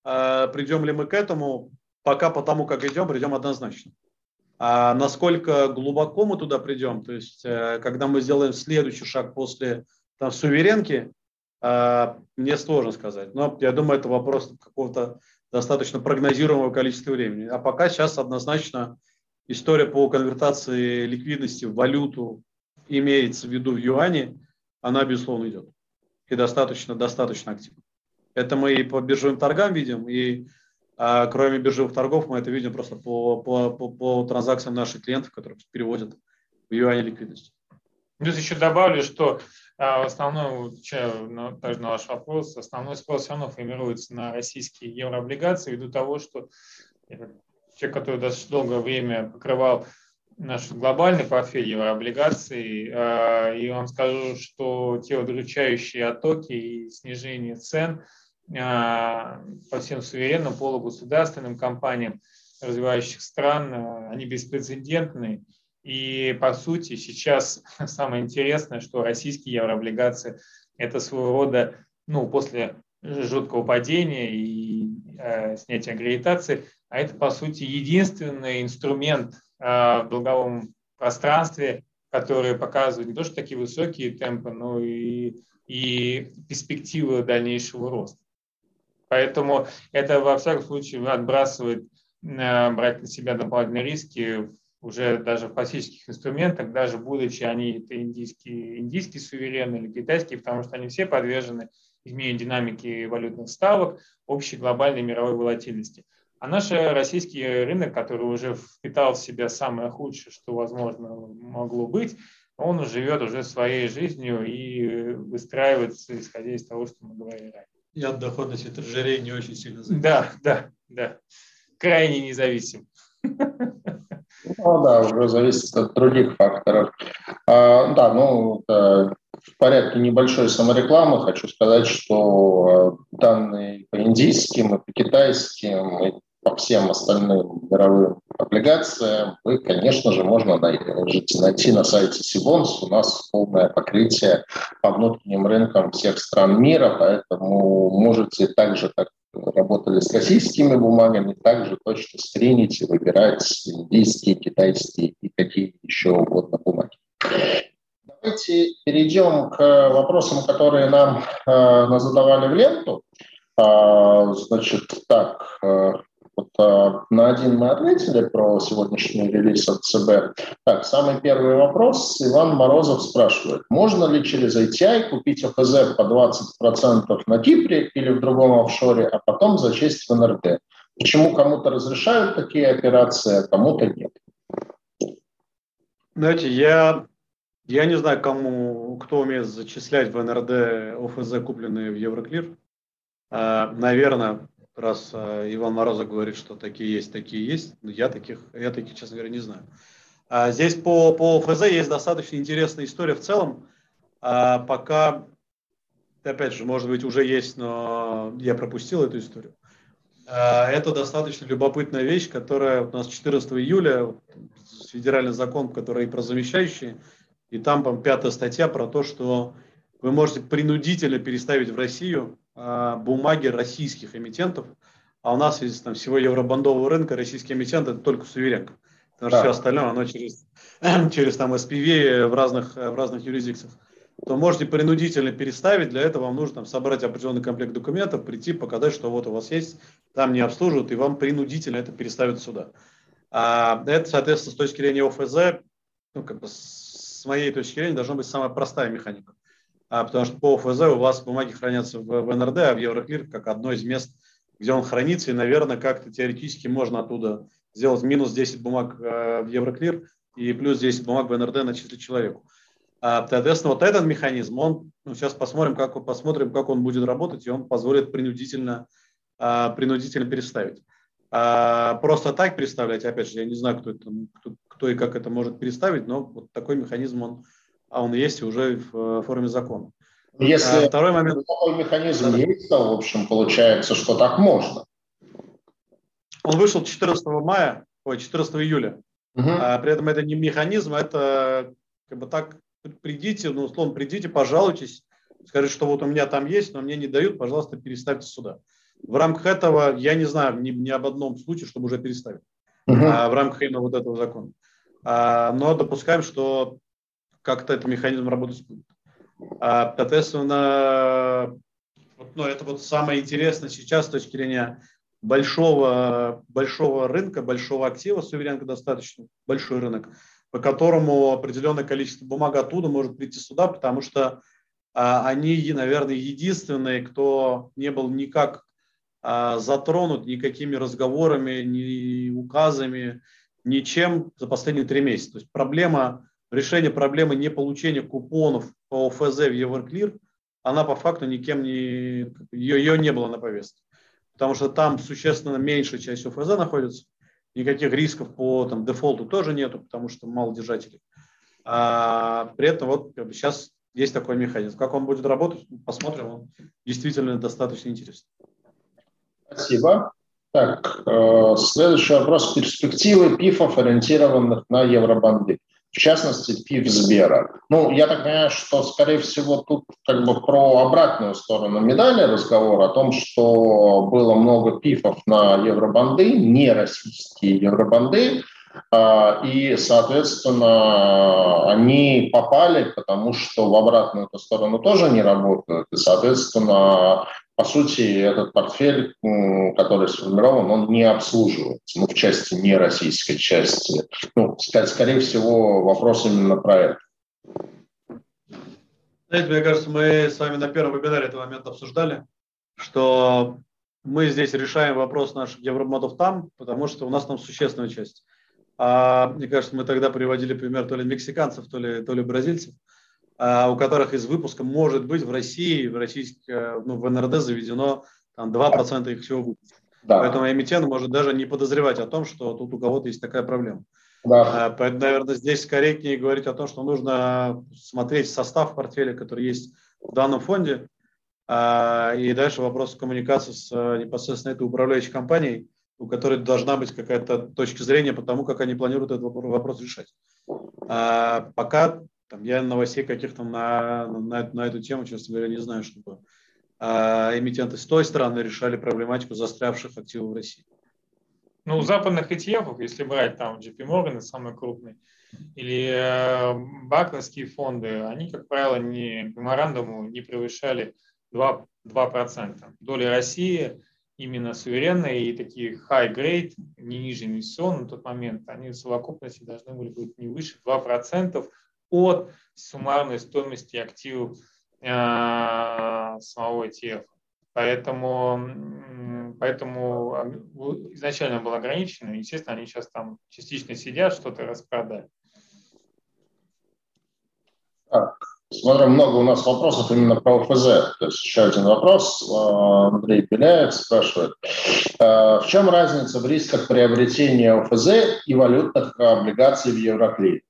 Speaker 2: придем ли мы к этому, пока по тому, как идем, придем однозначно. А насколько глубоко мы туда придем, то есть когда мы сделаем следующий шаг после там, суверенки, мне сложно сказать. Но я думаю, это вопрос какого-то достаточно прогнозируемого количества времени. А пока сейчас однозначно история по конвертации ликвидности в валюту, имеется в виду в юане, она, безусловно, идет. И достаточно, достаточно активно. Это мы и по биржевым торгам видим, и а, кроме биржевых торгов мы это видим просто по, по, по, по транзакциям наших клиентов, которые переводят в юане ликвидность.
Speaker 3: Плюс еще добавлю, что а, основной, ну, даже на ваш вопрос, основной спрос все равно формируется на российские еврооблигации ввиду того, что человек, который достаточно долгое время покрывал наш глобальный портфель еврооблигаций, и вам скажу, что те удручающие оттоки и снижение цен по всем суверенным, полугосударственным компаниям развивающих стран, они беспрецедентны. И, по сути, сейчас самое интересное, что российские еврооблигации – это своего рода, ну, после жуткого падения и э, снятия аккредитации, а это, по сути, единственный инструмент э, в долговом пространстве, который показывает не то, что такие высокие темпы, но и, и перспективы дальнейшего роста. Поэтому это, во всяком случае, отбрасывает, э, брать на себя дополнительные риски уже даже в классических инструментах, даже будучи они это индийские, индийские суверены или китайские, потому что они все подвержены изменению динамики валютных ставок, общей глобальной мировой волатильности. А наш российский рынок, который уже впитал в себя самое худшее, что возможно могло быть, он живет уже своей жизнью и выстраивается, исходя из того, что мы говорили ранее.
Speaker 2: И от доходности трежерей не очень сильно зависит.
Speaker 3: Да, да, да. Крайне независим.
Speaker 1: Ну да, уже зависит от других факторов. А, да, ну, да, в порядке небольшой саморекламы хочу сказать, что данные по индийским, и по китайским, и по всем остальным мировым облигациям вы, конечно же, можно найти, найти на сайте Сибонс. У нас полное покрытие по внутренним рынкам всех стран мира, поэтому можете так же, как работали с российскими бумагами, также точно скринить и выбирать индийские, китайские и какие еще угодно бумаги. Давайте перейдем к вопросам, которые нам э, задавали в ленту. А, значит, так, э, вот, э, на один мы ответили про сегодняшний релиз от ЦБ. Так, самый первый вопрос. Иван Морозов спрашивает, можно ли через эй ти ай купить о эф зэ по двадцать процентов на Кипре или в другом офшоре, а потом зачесть в эн эр дэ? Почему кому-то разрешают такие операции, а кому-то нет?
Speaker 2: Знаете, я, я не знаю, кому, кто умеет зачислять в эн эр дэ о эф зэ, купленные в Евроклир. А, наверное, раз а, Иван Морозов говорит, что такие есть, такие есть, но я таких, я таких, честно говоря, не знаю. А, здесь по, по о эф зэ есть достаточно интересная история в целом. А, пока, опять же, может быть, уже есть, но я пропустил эту историю. А, это достаточно любопытная вещь, которая у нас четырнадцатого июля, федеральный закон, который про замещающие, и там, там пятая статья про то, что вы можете принудительно переставить в Россию а, бумаги российских эмитентов, а у нас из там, всего евробандового рынка российский эмитент это только суверенка. Потому что да. Все остальное, оно через, через там, эс пи ви в разных, в разных юрисдикциях. То можете принудительно переставить, для этого вам нужно там, собрать определенный комплект документов, прийти, показать, что вот у вас есть, там не обслуживают, и вам принудительно это переставят сюда. А это, соответственно, с точки зрения о эф зэ, ну, как бы с моей точки зрения, должна быть самая простая механика. А, потому что по о эф зэ у вас бумаги хранятся в, в эн эр дэ, а в Евроклир как одно из мест, где он хранится, и, наверное, как-то теоретически можно оттуда сделать минус десять бумаг э, в Евроклир и плюс десять бумаг в эн эр дэ начислить человеку. А, соответственно, вот этот механизм, он, ну, сейчас посмотрим как, посмотрим, как он будет работать, и он позволит принудительно, а, принудительно переставить. А, просто так переставлять, опять же, я не знаю, кто, это, кто, кто и как это может переставить, но вот такой механизм, он, а он есть уже в форме закона.
Speaker 1: Если
Speaker 2: а, второй момент...
Speaker 1: такой механизм да. есть, то, в общем, получается, что так можно.
Speaker 2: Он вышел четырнадцатого мая, ой, четырнадцатого июля. Угу. А, при этом это не механизм, это как бы так, придите, ну, условно, придите, пожалуйтесь, скажите, что вот у меня там есть, но мне не дают, пожалуйста, переставьте сюда. В рамках этого я не знаю ни, ни об одном случае, чтобы уже переставить
Speaker 1: Угу.
Speaker 2: а, в рамках именно вот этого закона. А, но допускаем, что как-то этот механизм работать будет. А, соответственно, вот, ну, это вот самое интересное сейчас с точки зрения большого, большого рынка, большого актива, суверенка достаточно большой рынок, по которому определенное количество бумаг оттуда может прийти сюда, потому что а, они, наверное, единственные, кто не был никак а, затронут никакими разговорами, ни указами, ничем за последние три месяца. То есть проблема, решение проблемы неполучения купонов по О Ф З в Евроклир, она по факту никем не, ее, ее не было на повестке. Потому что там существенно меньшая часть О Ф З находится, никаких рисков по там, дефолту тоже нету, потому что мало держателей. А при этом вот как бы, сейчас есть такой механизм. Как он будет работать, посмотрим. Он действительно достаточно интересный.
Speaker 1: Спасибо. Так, э, следующий вопрос. Перспективы пифов, ориентированных на евробанды. В частности, пиф Сбера. Ну, я так понимаю, что, скорее всего, тут как бы про обратную сторону медали разговор, о том, что было много пифов на евробанды, не российские евробанды, и, соответственно, они попали, потому что в обратную эту сторону тоже не работают, и, соответственно, по сути, этот портфель, который сформирован, он не обслуживается, ну, в части нероссийской части. Ну, скорее всего, вопрос именно про это.
Speaker 2: Знаете, мне кажется, мы с вами на первом вебинаре этот момент обсуждали, что мы здесь решаем вопрос наших евробандов там, потому что у нас там существенная часть. А, мне кажется, мы тогда приводили пример то ли мексиканцев, то ли, то ли бразильцев, а, у которых из выпуска может быть в России, в, российской, ну, в Н Р Д заведено там, два процента их всего выпуска. Да. Поэтому эмитент может даже не подозревать о том, что тут у кого-то есть такая проблема. Да. А, поэтому, наверное, здесь корректнее говорить о том, что нужно смотреть состав портфеля, который есть в данном фонде. А, и дальше вопрос коммуникации с непосредственно этой управляющей компанией, у которой должна быть какая-то точка зрения по тому, как они планируют этот вопрос решать. А, пока там, я новостей каких-то на, на, на эту тему, честно говоря, не знаю, чтобы а, эмитенты с той стороны решали проблематику застрявших активов в России.
Speaker 3: Ну, у западных и ти эф, если брать там Джей Пи Морган, самый крупный, или э, бакловские фонды, они, как правило, не, меморандуму не превышали два процента. Доля России именно суверенные и такие high-grade, не ниже инвестиционные на тот момент, они в совокупности должны были быть не выше двух процентов от суммарной стоимости активов э, самого и ти эф. Поэтому, поэтому изначально было ограничено. Естественно, они сейчас там частично сидят, что-то распродают.
Speaker 1: Так, смотрим, много у нас вопросов именно про О Ф З. То есть еще один вопрос. Андрей Беляев спрашивает. В чем разница в рисках приобретения О Ф З и валютных облигаций в Евроклире?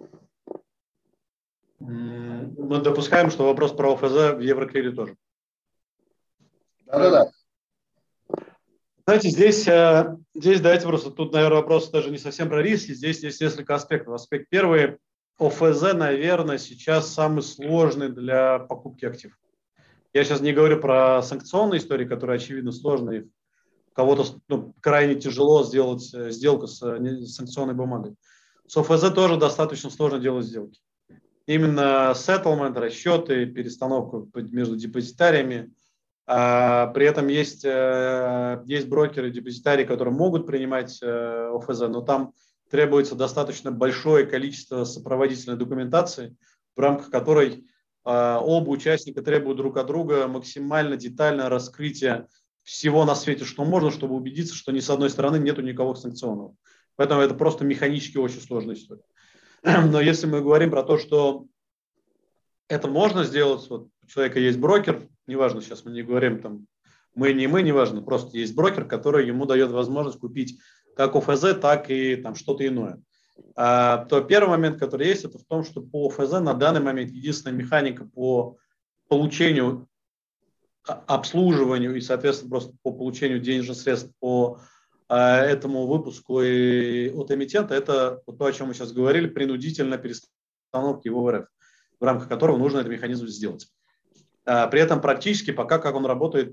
Speaker 2: Мы допускаем, что вопрос про О Ф З в Евроклире тоже.
Speaker 1: Да-да-да.
Speaker 2: Знаете, здесь, здесь давайте просто, тут, наверное, вопрос даже не совсем про риски, здесь есть несколько аспектов. Аспект первый, О Ф З, наверное, сейчас самый сложный для покупки активов. Я сейчас не говорю про санкционные истории, которые, очевидно, сложные. Кого-то ну, крайне тяжело сделать сделку с санкционной бумагой. С О Ф З тоже достаточно сложно делать сделки. Именно settlement, расчеты, перестановку между депозитариями. А, при этом есть, есть брокеры, депозитарии, которые могут принимать О Ф З, но там требуется достаточно большое количество сопроводительной документации, в рамках которой оба участника требуют друг от друга максимально детальное раскрытие всего на свете, что можно, чтобы убедиться, что ни с одной стороны нету никого санкционного. Поэтому это просто механически очень сложная история. Но если мы говорим про то, что это можно сделать, вот у человека есть брокер, неважно, сейчас мы не говорим там мы, не мы, неважно, просто есть брокер, который ему дает возможность купить как О Ф З, так и там что-то иное. А, то первый момент, который есть, это в том, что по О Ф З на данный момент единственная механика по получению, обслуживанию и, соответственно, просто по получению денежных средств по а, этому выпуску и от эмитента, это вот то, о чем мы сейчас говорили, принудительная перестановка его в эр эф, в рамках которого нужно этот механизм сделать. А, при этом практически пока как он работает,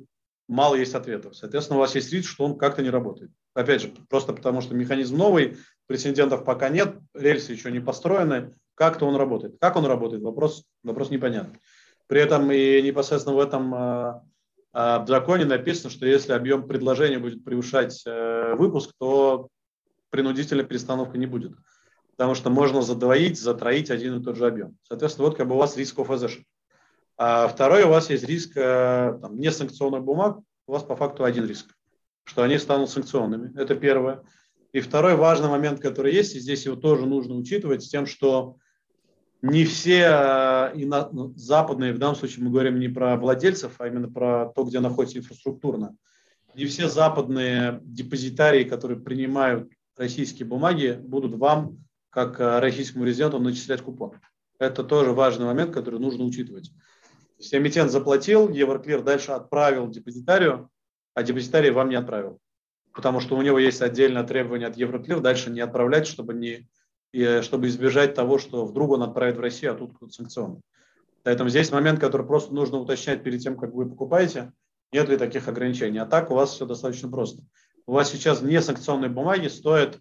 Speaker 2: мало есть ответов. Соответственно, у вас есть риск, что он как-то не работает. Опять же, просто потому что механизм новый, прецедентов пока нет, рельсы еще не построены, как-то он работает. Как он работает, вопрос, вопрос непонятный. При этом и непосредственно в этом э, э, в законе написано, что если объем предложения будет превышать э, выпуск, то принудительной перестановки не будет. Потому что можно задвоить, затроить один и тот же объем. Соответственно, вот как бы у вас риск ОФЗ. А второй, у вас есть риск э, там, несанкционных бумаг, у вас по факту один риск, что они станут санкционными. Это первое. И второй важный момент, который есть, и здесь его тоже нужно учитывать, с тем, что не все э, и на, ну, западные, в данном случае мы говорим не про владельцев, а именно про то, где находится инфраструктурно, не все западные депозитарии, которые принимают российские бумаги, будут вам, как э, российскому резиденту, начислять купон. Это тоже важный момент, который нужно учитывать. То есть эмитент заплатил, Евроклир дальше отправил депозитарию, а депозитарий вам не отправил. Потому что у него есть отдельное требование от Евроклир дальше не отправлять, чтобы, не, чтобы избежать того, что вдруг он отправит в Россию, а тут санкционный. Поэтому здесь момент, который просто нужно уточнять перед тем, как вы покупаете, нет ли таких ограничений. А так у вас все достаточно просто. У вас сейчас несанкционные бумаги стоят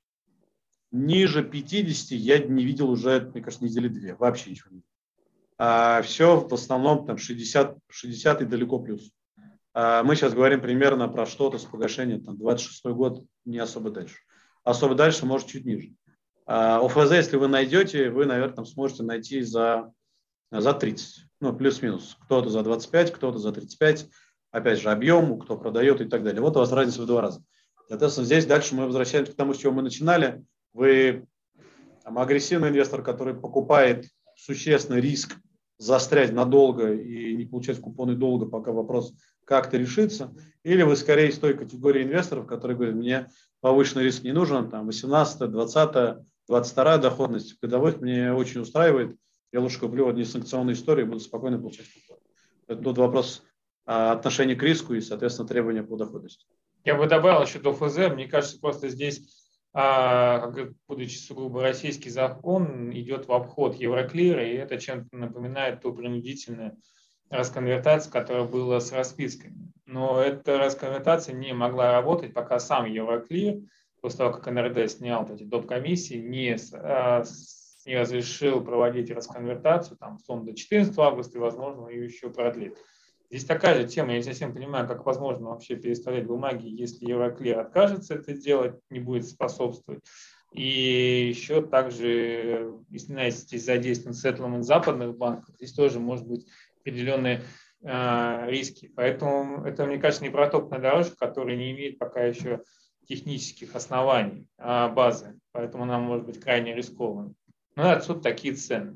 Speaker 2: ниже пятидесяти, я не видел уже, мне кажется, недели две, вообще ничего не видел. А все в основном там шестьдесят, шестьдесят и далеко плюс. А мы сейчас говорим примерно про что-то с погашением, там, двадцать шестой год, не особо дальше. Особо дальше, может, чуть ниже. А ОФЗ, если вы найдете, вы, наверное, там сможете найти за, за тридцать, ну, плюс-минус. Кто-то за двадцать пять, кто-то за тридцать пять. Опять же, объем, кто продает и так далее. Вот у вас разница в два раза. Соответственно, здесь дальше мы возвращаемся к тому, с чего мы начинали. Вы там, агрессивный инвестор, который покупает существенный риск застрять надолго и не получать купоны долго, пока вопрос как-то решится. Или вы скорее из той категории инвесторов, которые говорят, мне повышенный риск не нужен, там восемнадцатая, двадцатая, двадцать вторая доходность годовых мне очень устраивает. Я лучше куплю вот несанкционные истории и буду спокойно получать купоны. Это тут вопрос отношения к риску и, соответственно, требования по доходности.
Speaker 3: Я бы добавил еще до ФЗ, мне кажется, просто здесь, а, будучи сугубо российский закон, идет в обход Евроклира, и это чем-то напоминает ту принудительную расконвертацию, которая была с расписками. Но эта расконвертация не могла работать, пока сам Евроклир, после того, как эн эр дэ снял эти доп. Комиссии, не, а, не разрешил проводить расконвертацию, там, условно, до четырнадцатого августа, и, возможно, ее еще продлит. Здесь такая же тема, я не совсем понимаю, как возможно вообще переставлять бумаги, если Евроклир откажется это делать, не будет способствовать. И еще также, если здесь задействован сеттлмент западных банков, здесь тоже может быть определенные э, риски. Поэтому это, мне кажется, не протоптанная дорожка, которая не имеет пока еще технических оснований, а базы. Поэтому она может быть крайне рискованной. Ну и отсюда такие цены.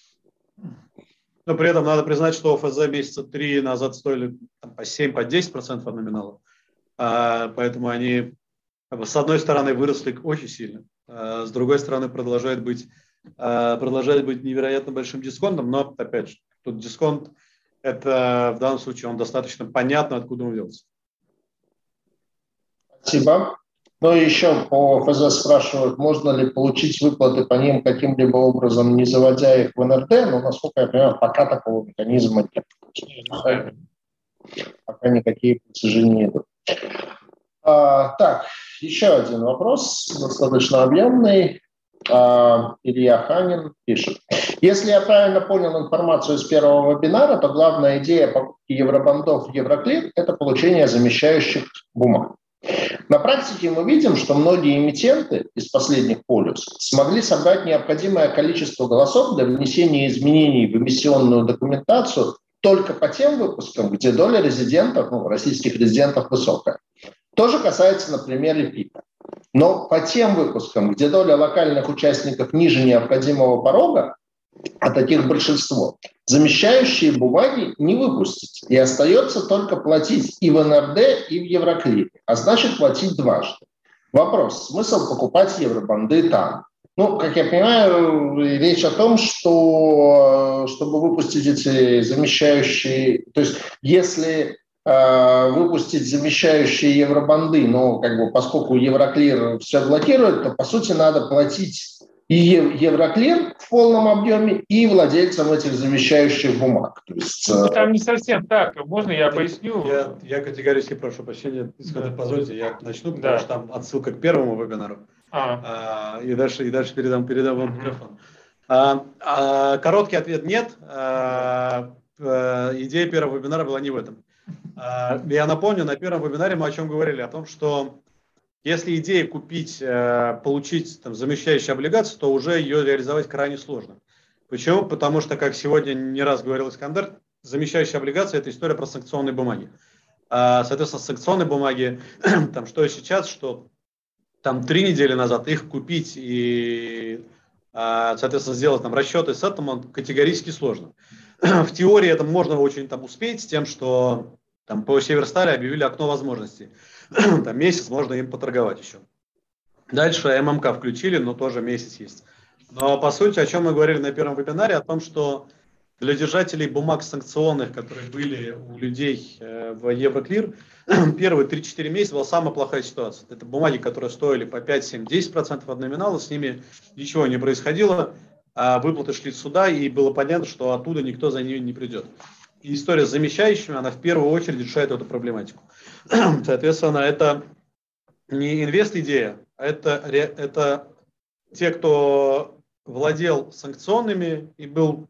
Speaker 2: Но при этом надо признать, что ОФЗ месяца три назад стоили там, по семь-десять процентов от номинала. А, поэтому они, с одной стороны, выросли очень сильно. А, с другой стороны, продолжают быть, а, продолжают быть невероятно большим дисконтом. Но, опять же, тут дисконт, это в данном случае он достаточно понятно, откуда он взялся.
Speaker 1: Спасибо. Ну и еще по ОФЗ спрашивают, можно ли получить выплаты по ним каким-либо образом, не заводя их в эн эр дэ, но, насколько я понимаю, пока такого механизма нет. Пока, пока никакие платежи не идут. А, так, еще один вопрос, достаточно объемный. А, Илья Ханин пишет. Если я правильно понял информацию из первого вебинара, то главная идея покупки евробандов в Евроклир – это получение замещающих бумаг. На практике мы видим, что многие эмитенты из последних полюс смогли собрать необходимое количество голосов для внесения изменений в эмиссионную документацию только по тем выпускам, где доля резидентов, ну, российских резидентов высокая. То же касается, например, ИПИКа. Но по тем выпускам, где доля локальных участников ниже необходимого порога, а таких большинство, замещающие бумаги не выпустить. И остается только платить и в эн эр дэ, и в Евроклире. А значит, платить дважды. Вопрос. Смысл покупать евробанды там? Ну, как я понимаю, речь о том, что чтобы выпустить эти замещающие... То есть, если э, выпустить замещающие евробанды, но как бы, поскольку Евроклир все блокирует, то, по сути, надо платить и Евроклир в полном объеме, и владельцам этих замещающих бумаг. То есть,
Speaker 3: ну, там не совсем так. Можно я поясню?
Speaker 2: Я, я категорически прошу прощения, если да. позвольте, я начну, потому
Speaker 3: да.
Speaker 2: что там отсылка к первому вебинару.
Speaker 3: А.
Speaker 2: А, и дальше, и дальше передам, передам вам микрофон. А, а, короткий ответ – нет. А, а, идея первого вебинара была не в этом. А, я напомню, на первом вебинаре мы о чем говорили? О том, что если идея купить, получить там, замещающие облигации, то уже ее реализовать крайне сложно. Почему? Потому что, как сегодня не раз говорил Искандер, замещающие облигации – это история про санкционные бумаги. Соответственно, санкционные бумаги, там, что сейчас, что там три недели назад их купить и, соответственно, сделать там расчеты с этим категорически сложно. В теории это можно очень там успеть с тем, что там по Северстали объявили окно возможностей. Там месяц можно им поторговать еще. Дальше ММК включили, но тоже месяц есть. Но по сути, о чем мы говорили на первом вебинаре, о том, что для держателей бумаг санкционных, которые были у людей в Евроклир, первые три-четыре месяца была самая плохая ситуация. Это бумаги, которые стоили по пять, семь, десять процентов от номинала, с ними ничего не происходило, а выплаты шли в суда, и было понятно, что оттуда никто за нее не придет. И история с замещающими, она в первую очередь решает эту проблематику. Соответственно, это не инвест-идея, это, это те, кто владел санкционными и был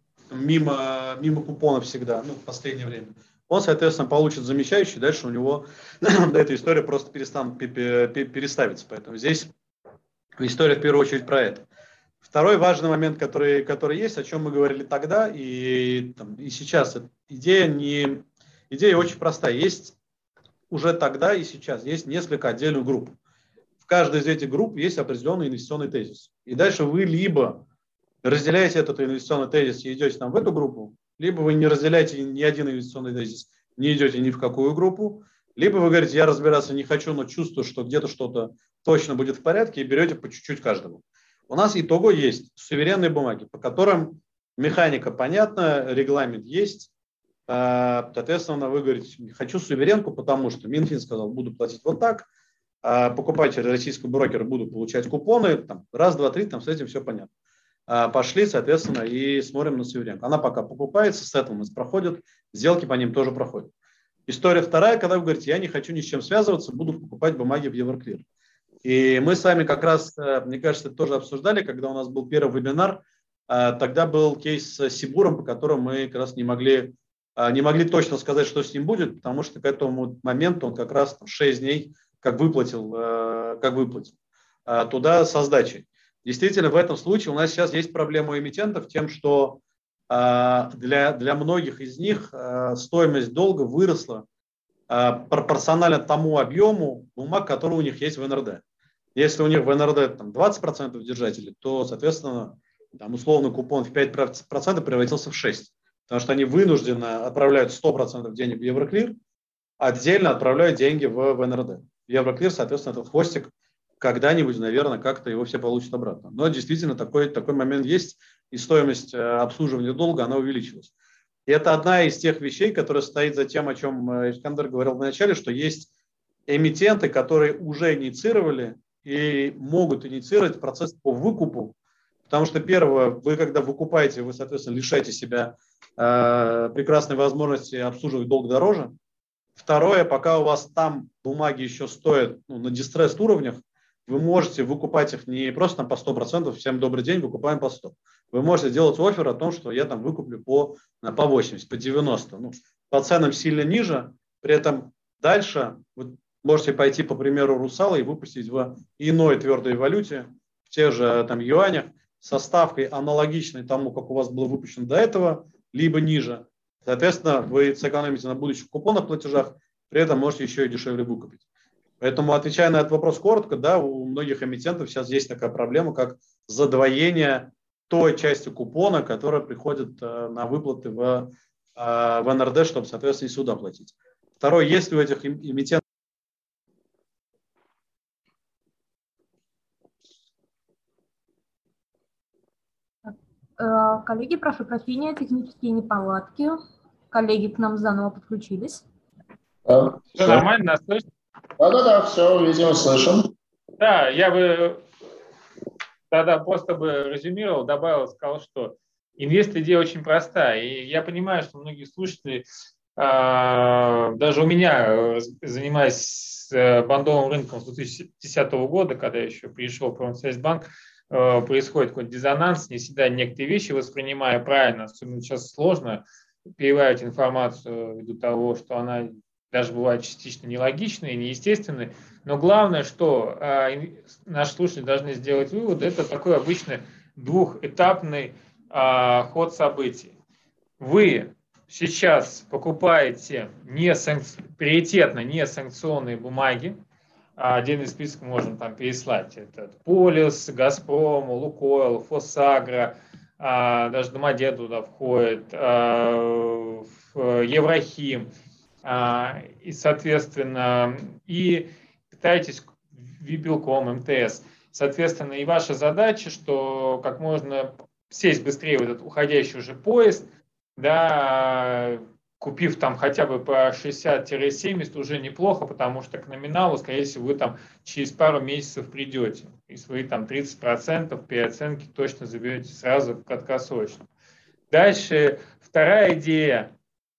Speaker 2: мимо, мимо купонов всегда, ну, в последнее время. Он, соответственно, получит замещающий, дальше у него эта история просто перестанет, переставится. Поэтому здесь история в первую очередь про это. Второй важный момент, который, который есть, о чем мы говорили тогда и, там, и сейчас, идея, не, идея очень простая. Есть уже тогда и сейчас есть несколько отдельных групп. В каждой из этих групп есть определенный инвестиционный тезис. И дальше вы либо разделяете этот инвестиционный тезис и идете там в эту группу, либо вы не разделяете ни один инвестиционный тезис, не идете ни в какую группу, либо вы говорите, я разбираться не хочу, но чувствую, что где-то что-то точно будет в порядке, и берете по чуть-чуть каждому. У нас итого есть суверенные бумаги, по которым механика понятна, регламент есть. Соответственно, вы говорите, хочу суверенку, потому что Минфин сказал, буду платить вот так, покупатель российского брокера, буду получать купоны, там, раз, два, три, там с этим все понятно. Пошли, соответственно, и смотрим на суверенку. Она пока покупается, сеттlements проходит, сделки по ним тоже проходят. История вторая, когда вы говорите, я не хочу ни с чем связываться, буду покупать бумаги в Евроклир. И мы с вами как раз, мне кажется, тоже обсуждали, когда у нас был первый вебинар, тогда был кейс с Сибуром, по которому мы как раз не могли, не могли точно сказать, что с ним будет, потому что к этому моменту он как раз шесть дней как выплатил, как выплатил туда со сдачей. Действительно, в этом случае у нас сейчас есть проблема у эмитентов тем, что для, для многих из них стоимость долга выросла пропорционально тому объему бумаг, которые у них есть в эн эр дэ. Если у них в эн эр дэ там, двадцать процентов держателей, то, соответственно, там, условно купон в пять процентов превратился в шесть процентов, потому что они вынужденно отправляют сто процентов денег в Евроклир, отдельно отправляют деньги в, в эн эр дэ. Евроклир, соответственно, этот хвостик когда-нибудь, наверное, как-то его все получат обратно. Но действительно такой, такой момент есть, и стоимость обслуживания долга, она увеличилась. И это одна из тех вещей, которая стоит за тем, о чем Искандер говорил в начале, что есть эмитенты, которые уже инициировали и могут инициировать процесс по выкупу. Потому что первое, вы когда выкупаете, вы, соответственно, лишаете себя э, прекрасной возможности обслуживать долг дороже. Второе, пока у вас там бумаги еще стоят ну, на дистресс уровнях, вы можете выкупать их не просто там, по сто процентов, всем добрый день, выкупаем по сто. Вы можете делать оффер о том, что я там выкуплю по, по восемьдесят, по девяносто. Ну, по ценам сильно ниже, при этом дальше вы можете пойти, по примеру, Русала и выпустить в иной твердой валюте, в тех же там юанях, со ставкой аналогичной тому, как у вас было выпущено до этого, либо ниже. Соответственно, вы сэкономите на будущих купонах, платежах, при этом можете еще и дешевле выкупить. Поэтому, отвечая на этот вопрос коротко, да, у многих эмитентов сейчас есть такая проблема, как задвоение той части купона, которая приходит э, на выплаты в, э, в эн эр дэ, чтобы, соответственно, и сюда платить. Второе, есть ли у этих эмитентов...
Speaker 4: Коллеги, прошу прощения, технические неполадки. Коллеги к нам заново подключились.
Speaker 1: Да,
Speaker 3: все, все нормально, нас слышно?
Speaker 1: Да-да-да, все, видимо, слышим.
Speaker 3: Да, я бы да-да, просто бы резюмировал, добавил, сказал, что инвест-идея очень простая. И я понимаю, что многие слушатели, даже у меня, занимаясь бандовым рынком с две тысячи десятого года, когда я еще пришел в Промсвязьбанк, происходит какой-то диссонанс, не всегда некоторые вещи воспринимаю правильно, особенно сейчас сложно переваривать информацию ввиду того, что она даже бывает частично нелогичной, неестественной. Но главное, что э, наши слушатели должны сделать вывод, это такой обычный двухэтапный э, ход событий. Вы сейчас покупаете не санкци... приоритетно несанкционные бумаги. Отдельный список можем там переслать. Это Полис, Газпром, Лукойл, Фосагро, даже Домодедово туда входит, Еврохим. И, соответственно, и питаетесь Вибилком, эм тэ эс. Соответственно, и ваша задача, что как можно сесть быстрее в этот уходящий уже поезд, да, купив там хотя бы по шестьдесят-семьдесят, уже неплохо, потому что к номиналу, скорее всего, вы там через пару месяцев придете. И свои там тридцать процентов переоценки точно заберете сразу краткосрочно. Дальше вторая идея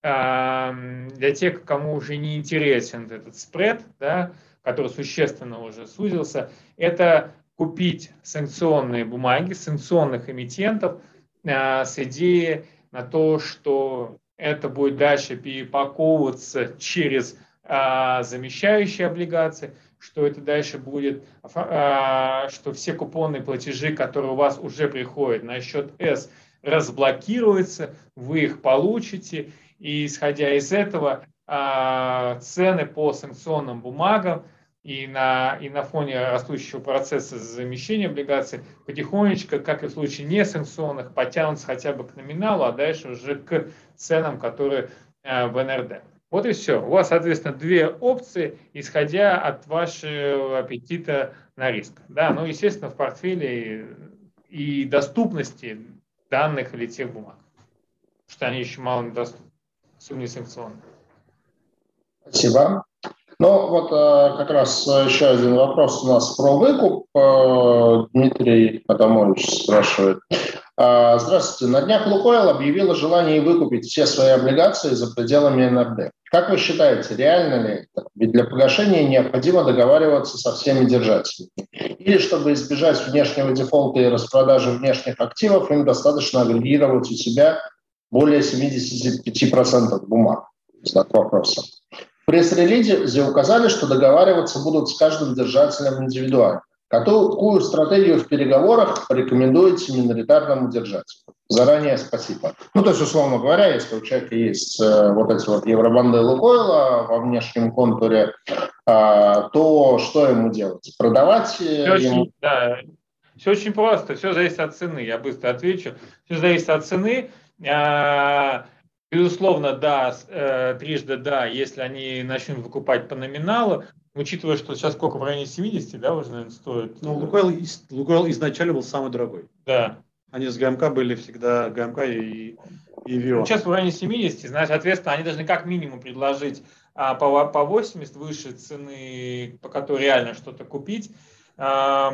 Speaker 3: для тех, кому уже не интересен этот спред, да, который существенно уже сузился, это купить санкционные бумаги, санкционных эмитентов с идеей на то, что это будет дальше перепаковываться через а, замещающие облигации, что это дальше будет, а, что все купонные платежи, которые у вас уже приходят на счет С, разблокируются, вы их получите, и исходя из этого а, цены по санкционным бумагам и на, и на фоне растущего процесса замещения облигаций потихонечку, как и в случае несанкционных, потянутся хотя бы к номиналу, а дальше уже к ценам, которые э, в эн эр дэ. Вот и все. У вас, соответственно, две опции, исходя от вашего аппетита на риск. Да, ну, естественно, в портфеле и доступности данных или тех бумаг, что они еще мало недоступны, особенно несанкционные.
Speaker 1: Спасибо. Ну, вот как раз еще один вопрос у нас про выкуп. Дмитрий Адамович спрашивает. Здравствуйте. На днях Лукойл объявила желание выкупить все свои облигации за пределами эн эр дэ. Как вы считаете, реально ли это? Ведь для погашения необходимо договариваться со всеми держателями. Или чтобы избежать внешнего дефолта и распродажи внешних активов, им достаточно агрегировать у себя более семьдесят пять процентов бумаг? Знак вопроса. В пресс-релизе указали, что договариваться будут с каждым держателем индивидуально. Какую стратегию в переговорах порекомендуете миноритарному держателю? Заранее спасибо. Ну, то есть, условно говоря, если у человека есть э, вот эти вот евробанды Лукойла во внешнем контуре, э, то что ему делать? Продавать
Speaker 3: все
Speaker 1: ему?
Speaker 3: Очень, да, все очень просто, все зависит от цены, я быстро отвечу. Все зависит от цены. Безусловно, да, трижды да, если они начнут выкупать по номиналу, учитывая, что сейчас сколько в районе семидесяти, да, уже, наверное, стоит.
Speaker 2: Ну, Лукойл, Лукойл изначально был самый дорогой.
Speaker 3: Да.
Speaker 2: Они с гэ эм ка были всегда, гэ эм ка и, и ВИО.
Speaker 3: Сейчас в районе семидесяти, значит, соответственно, они должны как минимум предложить а, по, по восемьдесят выше цены, по которой реально что-то купить. А,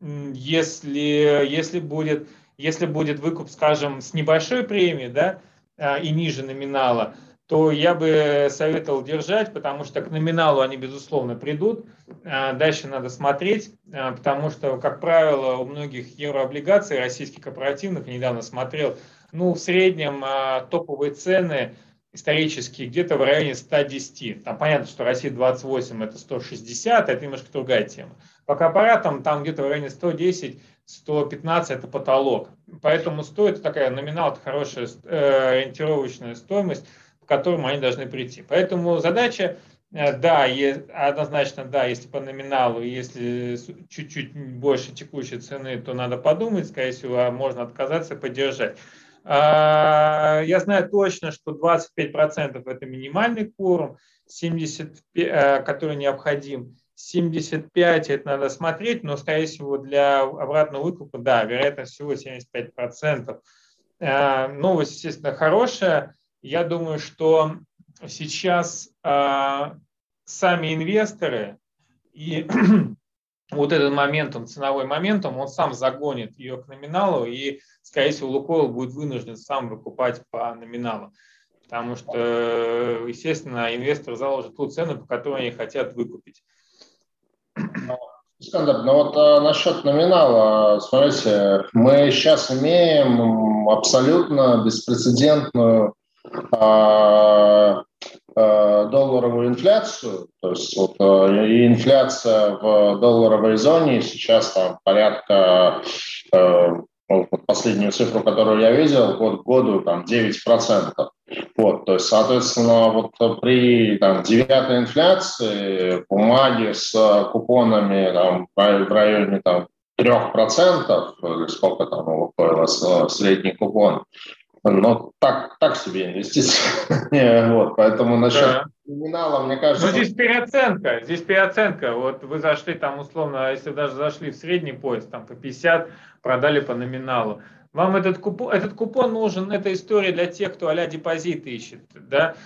Speaker 3: если, если, будет, если будет выкуп, скажем, с небольшой премией, да, и ниже номинала, то я бы советовал держать, потому что к номиналу они, безусловно, придут. Дальше надо смотреть, потому что, как правило, у многих еврооблигаций российских корпоративных, недавно смотрел, ну, в среднем топовые цены исторические где-то в районе ста десяти. Там понятно, что Россия двадцать восемь это сто шестьдесят, это немножко другая тема. По корпоратам там где-то в районе сто десять - сто пятнадцать это потолок. Поэтому стоит такая номинал, это хорошая э, ориентировочная стоимость, по которому они должны прийти. Поэтому задача, э, да, е, однозначно да, если по номиналу, если чуть-чуть больше текущей цены, то надо подумать, скорее всего, можно отказаться, поддержать. А, я знаю точно, что двадцать пять процентов это минимальный кворум, семьдесят пять процентов, который необходим. семьдесят пять это надо смотреть, но, скорее всего, для обратного выкупа, да, вероятность всего семьдесят пять процентов. Новость, естественно, хорошая. Я думаю, что сейчас сами инвесторы и вот этот моментум, ценовой моментум, он сам загонит ее к номиналу, и, скорее всего, Лукойл будет вынужден сам выкупать по номиналу. Потому что, естественно, инвесторы заложат ту цену, по которой они хотят выкупить.
Speaker 1: Искандер, ну вот а, насчет номинала, смотрите, мы сейчас имеем абсолютно беспрецедентную а, а, долларовую инфляцию, то есть вот, а, и инфляция в долларовой зоне сейчас там порядка, а, вот последнюю цифру, которую я видел, год к году там девять процентов. Вот, то есть, соответственно, вот при там, девятой инфляции бумаги с купонами там, в районе там, три процента, или сколько там у Лукойла средний купон, но так, так себе инвестиции. Вот, поэтому насчет да. номинала, мне кажется...
Speaker 3: Ну, здесь переоценка, здесь переоценка. Вот вы зашли там, условно, если даже зашли в средний пояс, там по пятьдесят, продали по номиналу. Вам этот купон, этот купон нужен, это история для тех, кто а-ля депозиты ищет, да,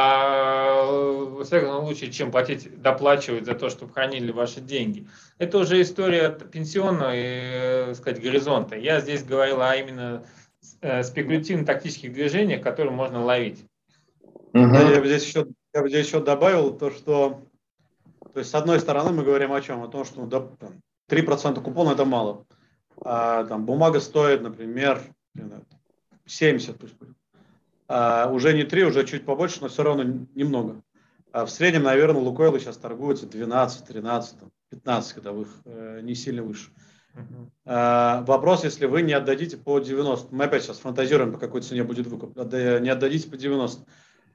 Speaker 3: а в всяком случае, чем платить, доплачивать за то, чтобы хранили ваши деньги. Это уже история пенсионного, так сказать, горизонта. Я здесь говорил о именно спекулятивно-тактических движениях, которые можно ловить.
Speaker 2: Uh-huh. Да, я бы здесь еще, я бы здесь еще добавил то, что, то есть с одной стороны мы говорим о чем? О том, что да, три процента купона это мало. А, там, бумага стоит, например, семьдесят, пусть будет. А, уже не три, уже чуть побольше, но все равно немного. А в среднем, наверное, Лукойл сейчас торгуется двенадцать, тринадцать, пятнадцать годовых, э, не сильно выше. Uh-huh. а, вопрос, если вы не отдадите по девяносто, мы опять сейчас фантазируем, по какой цене будет выкуп, не отдадите по девяносто,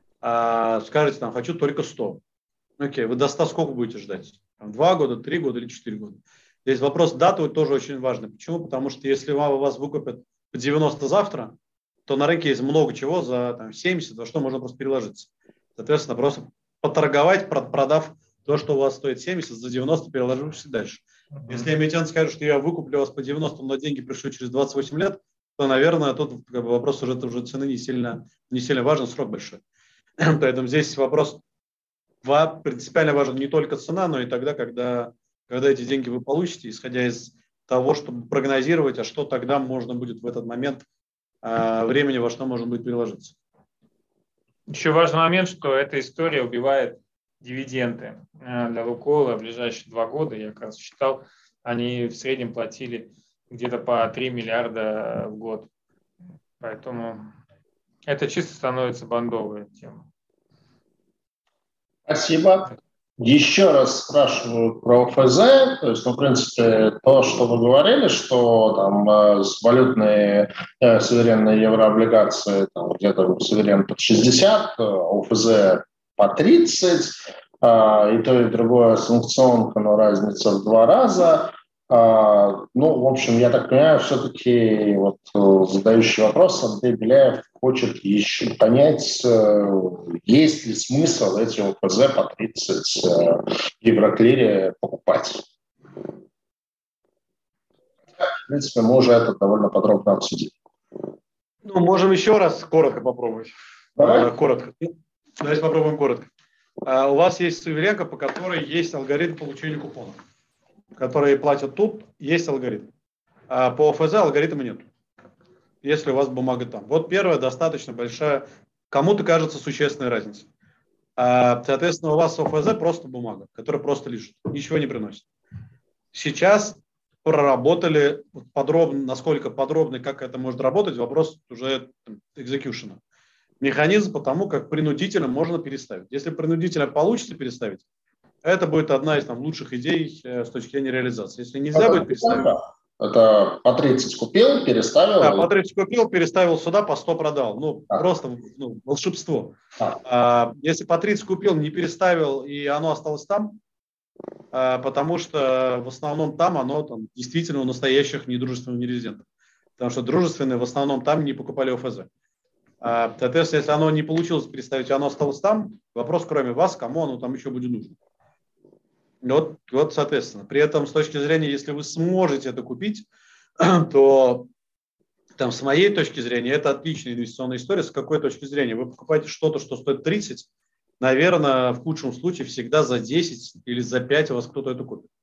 Speaker 2: а, скажете, там, хочу только сто. Окей, вы до ста сколько будете ждать? Там, два года, три года или четыре года? Здесь вопрос даты тоже очень важный. Почему? Потому что если вам, вас выкупят по девяносто завтра, то на рынке есть много чего за там, семьдесят, за что можно просто переложиться. Соответственно, просто поторговать, продав то, что у вас стоит семьдесят, за девяносто переложившись дальше. Uh-huh. Если эмитент скажет, что я выкуплю вас по девяносто, но деньги пришлю через двадцать восемь лет, то, наверное, тут как бы, вопрос уже, уже цены не сильно, не сильно важен, срок большой. Поэтому здесь вопрос принципиально важен не только цена, но и тогда, когда... когда эти деньги вы получите, исходя из того, чтобы прогнозировать, а что тогда можно будет в этот момент э, времени, во что можно будет переложиться.
Speaker 3: Еще важный момент, что эта история убивает дивиденды для Лукойла в ближайшие два года. Я как раз считал, они в среднем платили где-то по три миллиарда в год. Поэтому это чисто становится бандовая тема.
Speaker 1: Спасибо. Еще раз спрашиваю про ОФЗ, то есть, ну, в принципе, то, что вы говорили, что там валютные э, суверенные еврооблигации там, где-то суверен под шестьдесят, ОФЗ по тридцать, э, и то, и другое санкционка, но разница в два раза. Э, ну, в общем, я так понимаю, все-таки вот задающий вопрос Андрей Беляев хочет еще понять, есть ли смысл эти ОФЗ по тридцать в Евроклире покупать. В принципе, мы уже это довольно подробно обсудили.
Speaker 2: Ну, можем еще раз коротко попробовать.
Speaker 1: Давай.
Speaker 2: Коротко. Давайте попробуем коротко. У вас есть суверенка, по которой есть алгоритм получения купонов, которые платят тут, есть алгоритм. А по ОФЗ алгоритма нет, если у вас бумага там. Вот первая достаточно большая, кому-то кажется существенная разница. А, соответственно, у вас ОФЗ просто бумага, которая просто лежит, ничего не приносит. Сейчас проработали подробно, насколько подробно, как это может работать, вопрос уже экзекьюшена. Механизм по тому, как принудительно можно переставить. Если принудительно получится переставить, это будет одна из там, лучших идей э, с точки зрения реализации. Если нельзя
Speaker 1: это
Speaker 2: будет переставить...
Speaker 1: Это по тридцать купил, переставил?
Speaker 2: Да, по тридцать купил, переставил сюда, по сто продал. Ну, а. просто ну, волшебство. А. А, если по тридцать купил, не переставил, и оно осталось там, а, потому что в основном там оно там, действительно у настоящих недружественных нерезидентов. Потому что дружественные в основном там не покупали ОФЗ. А, соответственно, если оно не получилось переставить, и оно осталось там, вопрос, кроме вас, кому оно там еще будет нужно. Вот, вот, соответственно, при этом с точки зрения, если вы сможете это купить, то там, с моей точки зрения это отличная инвестиционная история. С какой точки зрения? Вы покупаете что-то, что стоит тридцать, наверное, в худшем случае всегда за десять или за пять у вас кто-то это купит.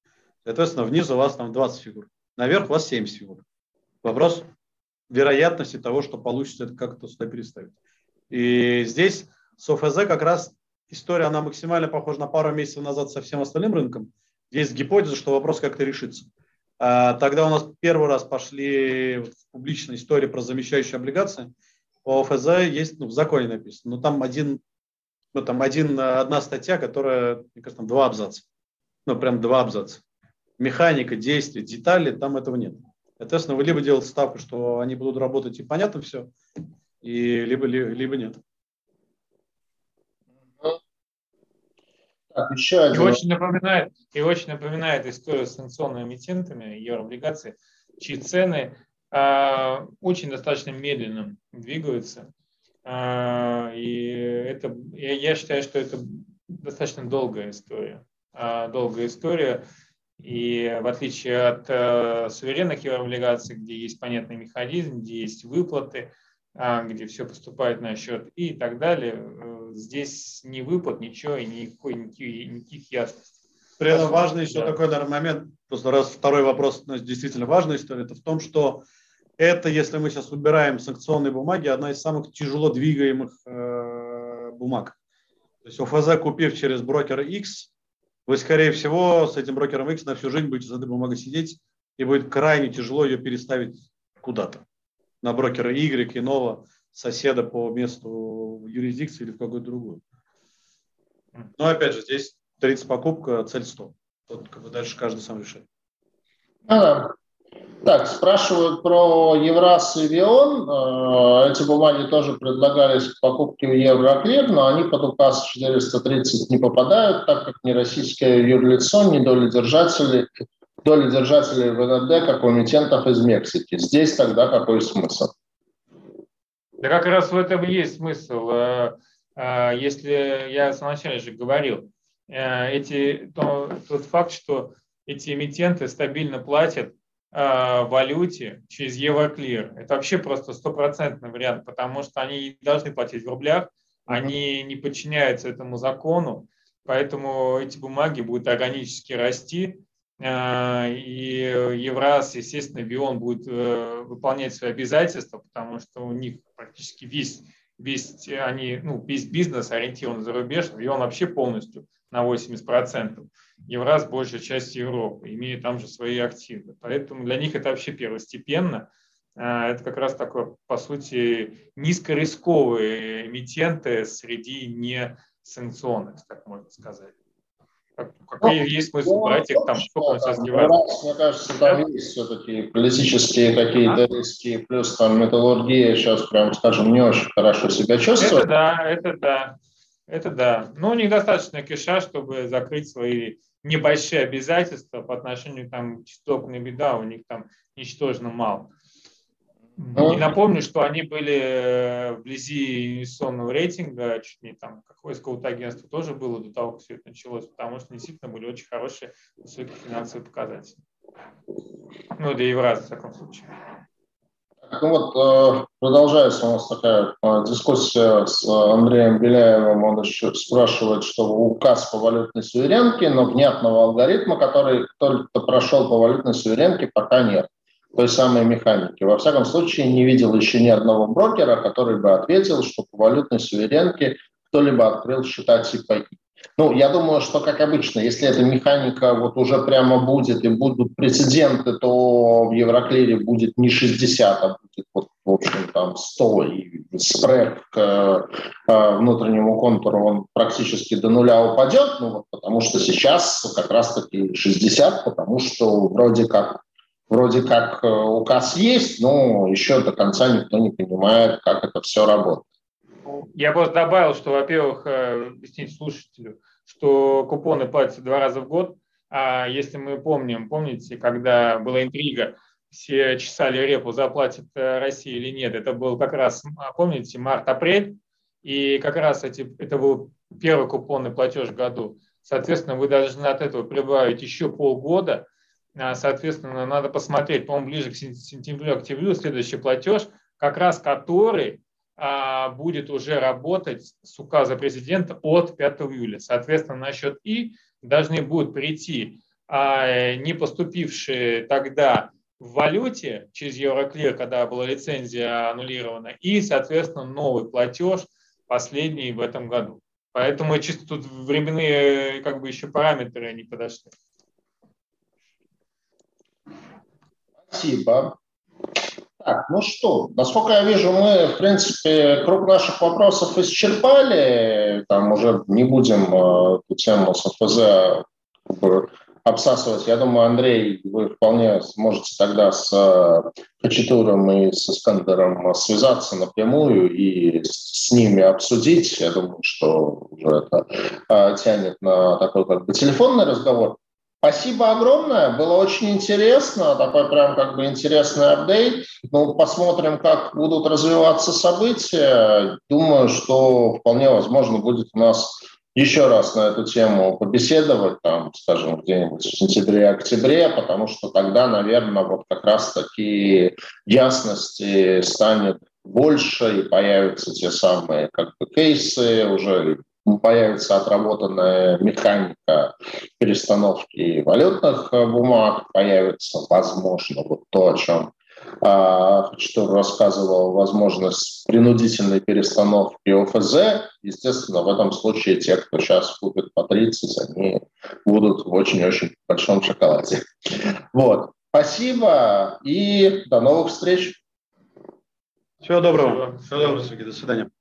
Speaker 2: Соответственно, внизу у вас там двадцать фигур. Наверх у вас семьдесят фигур. Вопрос вероятности того, что получится это как-то сюда переставить. И здесь с ОФЗ как раз история, она максимально похожа на пару месяцев назад со всем остальным рынком. Есть гипотеза, что вопрос как-то решится. А, тогда у нас первый раз пошли в публичной истории про замещающие облигации. По ОФЗ есть, ну, в законе написано, но там, один, ну, там один, одна статья, которая, мне кажется, там два абзаца. Ну, прям два абзаца. Механика, действия, детали, там этого нет. Соответственно, вы либо делаете ставку, что они будут работать и понятно все, и либо, либо, либо нет.
Speaker 1: Так, еще один.
Speaker 3: И очень напоминает, и очень напоминает историю с санкционными эмитентами еврооблигаций, чьи цены э, очень достаточно медленно двигаются. Э, и это, я, я считаю, что это достаточно долгая история. Э, долгая история. И в отличие от э, суверенных еврооблигаций, где есть понятный механизм, где есть выплаты, э, где все поступает на счет и так далее, э, здесь ни выплат, ничего и никакой, никаких, никаких ясностей.
Speaker 2: При этом важный еще
Speaker 3: да.
Speaker 2: такой, наверное, момент, просто раз второй вопрос, ну, действительно важная история, это в том, что это, если мы сейчас убираем санкционные бумаги, одна из самых тяжело двигаемых э, бумаг. То есть ОФЗ, купив через брокера X, вы, скорее всего, с этим брокером X на всю жизнь будете с этой бумагой сидеть, и будет крайне тяжело ее переставить куда-то. На брокера Y, иного соседа по месту юрисдикции или в какую-то другую. Но, опять же, здесь тридцать покупка, цель сто. Вот, как бы дальше каждый сам решает.
Speaker 1: А, так, спрашивают про Евраз и Вион. Эти бумаги тоже предлагались к покупке в Евроклир, но они под указ четыреста тридцать не попадают, так как ни российское юрлицо, ни доли держателей, доли держателей в эн эр дэ, как у эмитентов из Мексики. Здесь тогда какой смысл?
Speaker 3: Да как раз в этом и есть смысл. Если я вначале же говорил, эти, то, тот факт, что эти эмитенты стабильно платят э, валюте через Евроклир, это вообще просто стопроцентный вариант, потому что они не должны платить в рублях, они не подчиняются этому закону, поэтому эти бумаги будут органически расти, э, и Евраз, естественно, Вион будет э, выполнять свои обязательства, потому что у них практически весь, весь, они, ну, весь бизнес ориентирован за рубеж, Вион вообще полностью на восемьдесят процентов. Евраз большая часть Европы, имеет там же свои активы. Поэтому для них это вообще первостепенно. Это как раз такое, по сути, низкорисковые эмитенты среди несанкционных, так можно сказать. Какой ну, есть смысл брать их там, сколько он сейчас
Speaker 1: Евраз, мне кажется, там да? есть все-таки политические какие-то а? риски, плюс там металлургия сейчас, прям скажем, не очень хорошо себя чувствует.
Speaker 3: Это да, это да. Это да. Но у них достаточно кэша, чтобы закрыть свои небольшие обязательства по отношению там, к стопной беда, у них там ничтожно мало. Mm-hmm. И напомню, что они были вблизи инвестиционного рейтинга, чуть не там, какое скаут-агентство тоже было до того, как все это началось, потому что действительно были очень хорошие высокие финансовые показатели. Ну, для Евраза, в таком случае.
Speaker 1: Ну вот, продолжается у нас такая дискуссия с Андреем Беляевым. Он еще спрашивает, что указ по валютной суверенке, но внятного алгоритма, который только прошел по валютной суверенке, пока нет. Той самой механики. Во всяком случае, не видел еще ни одного брокера, который бы ответил, что по валютной суверенке кто-либо открыл счета типа И. Ну, я думаю, что, как обычно, если эта механика вот уже прямо будет и будут прецеденты, то в Евроклире будет не шестьдесят, а будет, вот, в общем, там сто, и спред к э, внутреннему контуру он практически до нуля упадет, ну, вот, потому что сейчас как раз-таки шестьдесят, потому что вроде как, вроде как указ есть, но еще до конца никто не понимает, как это все работает.
Speaker 3: Я просто добавил, что, во-первых, объяснить слушателю, что купоны платятся два раза в год. А если мы помним, помните, когда была интрига, все чесали репу, заплатит Россия или нет, это был как раз, помните, март-апрель, и как раз эти, это был первый купонный платеж в году. Соответственно, вы должны от этого прибавить еще полгода. Соответственно, надо посмотреть, по-моему, ближе к сентябрю-октябрю следующий платеж, как раз который будет уже работать с указа президента от пятого июля. Соответственно, на счет И должны будут прийти а не поступившие тогда в валюте через Euroclear, когда была лицензия аннулирована, и, соответственно, новый платеж, последний в этом году. Поэтому чисто тут временные как бы еще параметры не подошли.
Speaker 1: Спасибо. Так, ну что, насколько я вижу, мы, в принципе, круг наших вопросов исчерпали. Там уже не будем э, эту тему с ФЗ как бы обсасывать. Я думаю, Андрей, вы вполне сможете тогда с Хачатуром и с Искандером связаться напрямую и с ними обсудить. Я думаю, что уже это э, тянет на такой как бы телефонный разговор. Спасибо огромное, было очень интересно, такой прям как бы интересный апдейт. Ну, посмотрим, как будут развиваться события. Думаю, что вполне возможно будет у нас еще раз на эту тему побеседовать, там, скажем, где-нибудь в сентябре-октябре, потому что тогда, наверное, вот как раз-таки ясности станет больше и появятся те самые как бы кейсы, уже появится отработанная механика перестановки валютных бумаг, появится, возможно, вот то, о чем Хачатур рассказывал, возможность принудительной перестановки ОФЗ. Естественно, в этом случае те, кто сейчас купит по тридцать, они будут в очень-очень большом шоколаде. Вот. Спасибо и до новых встреч.
Speaker 2: Всего доброго. Всего доброго, Сергей. До свидания.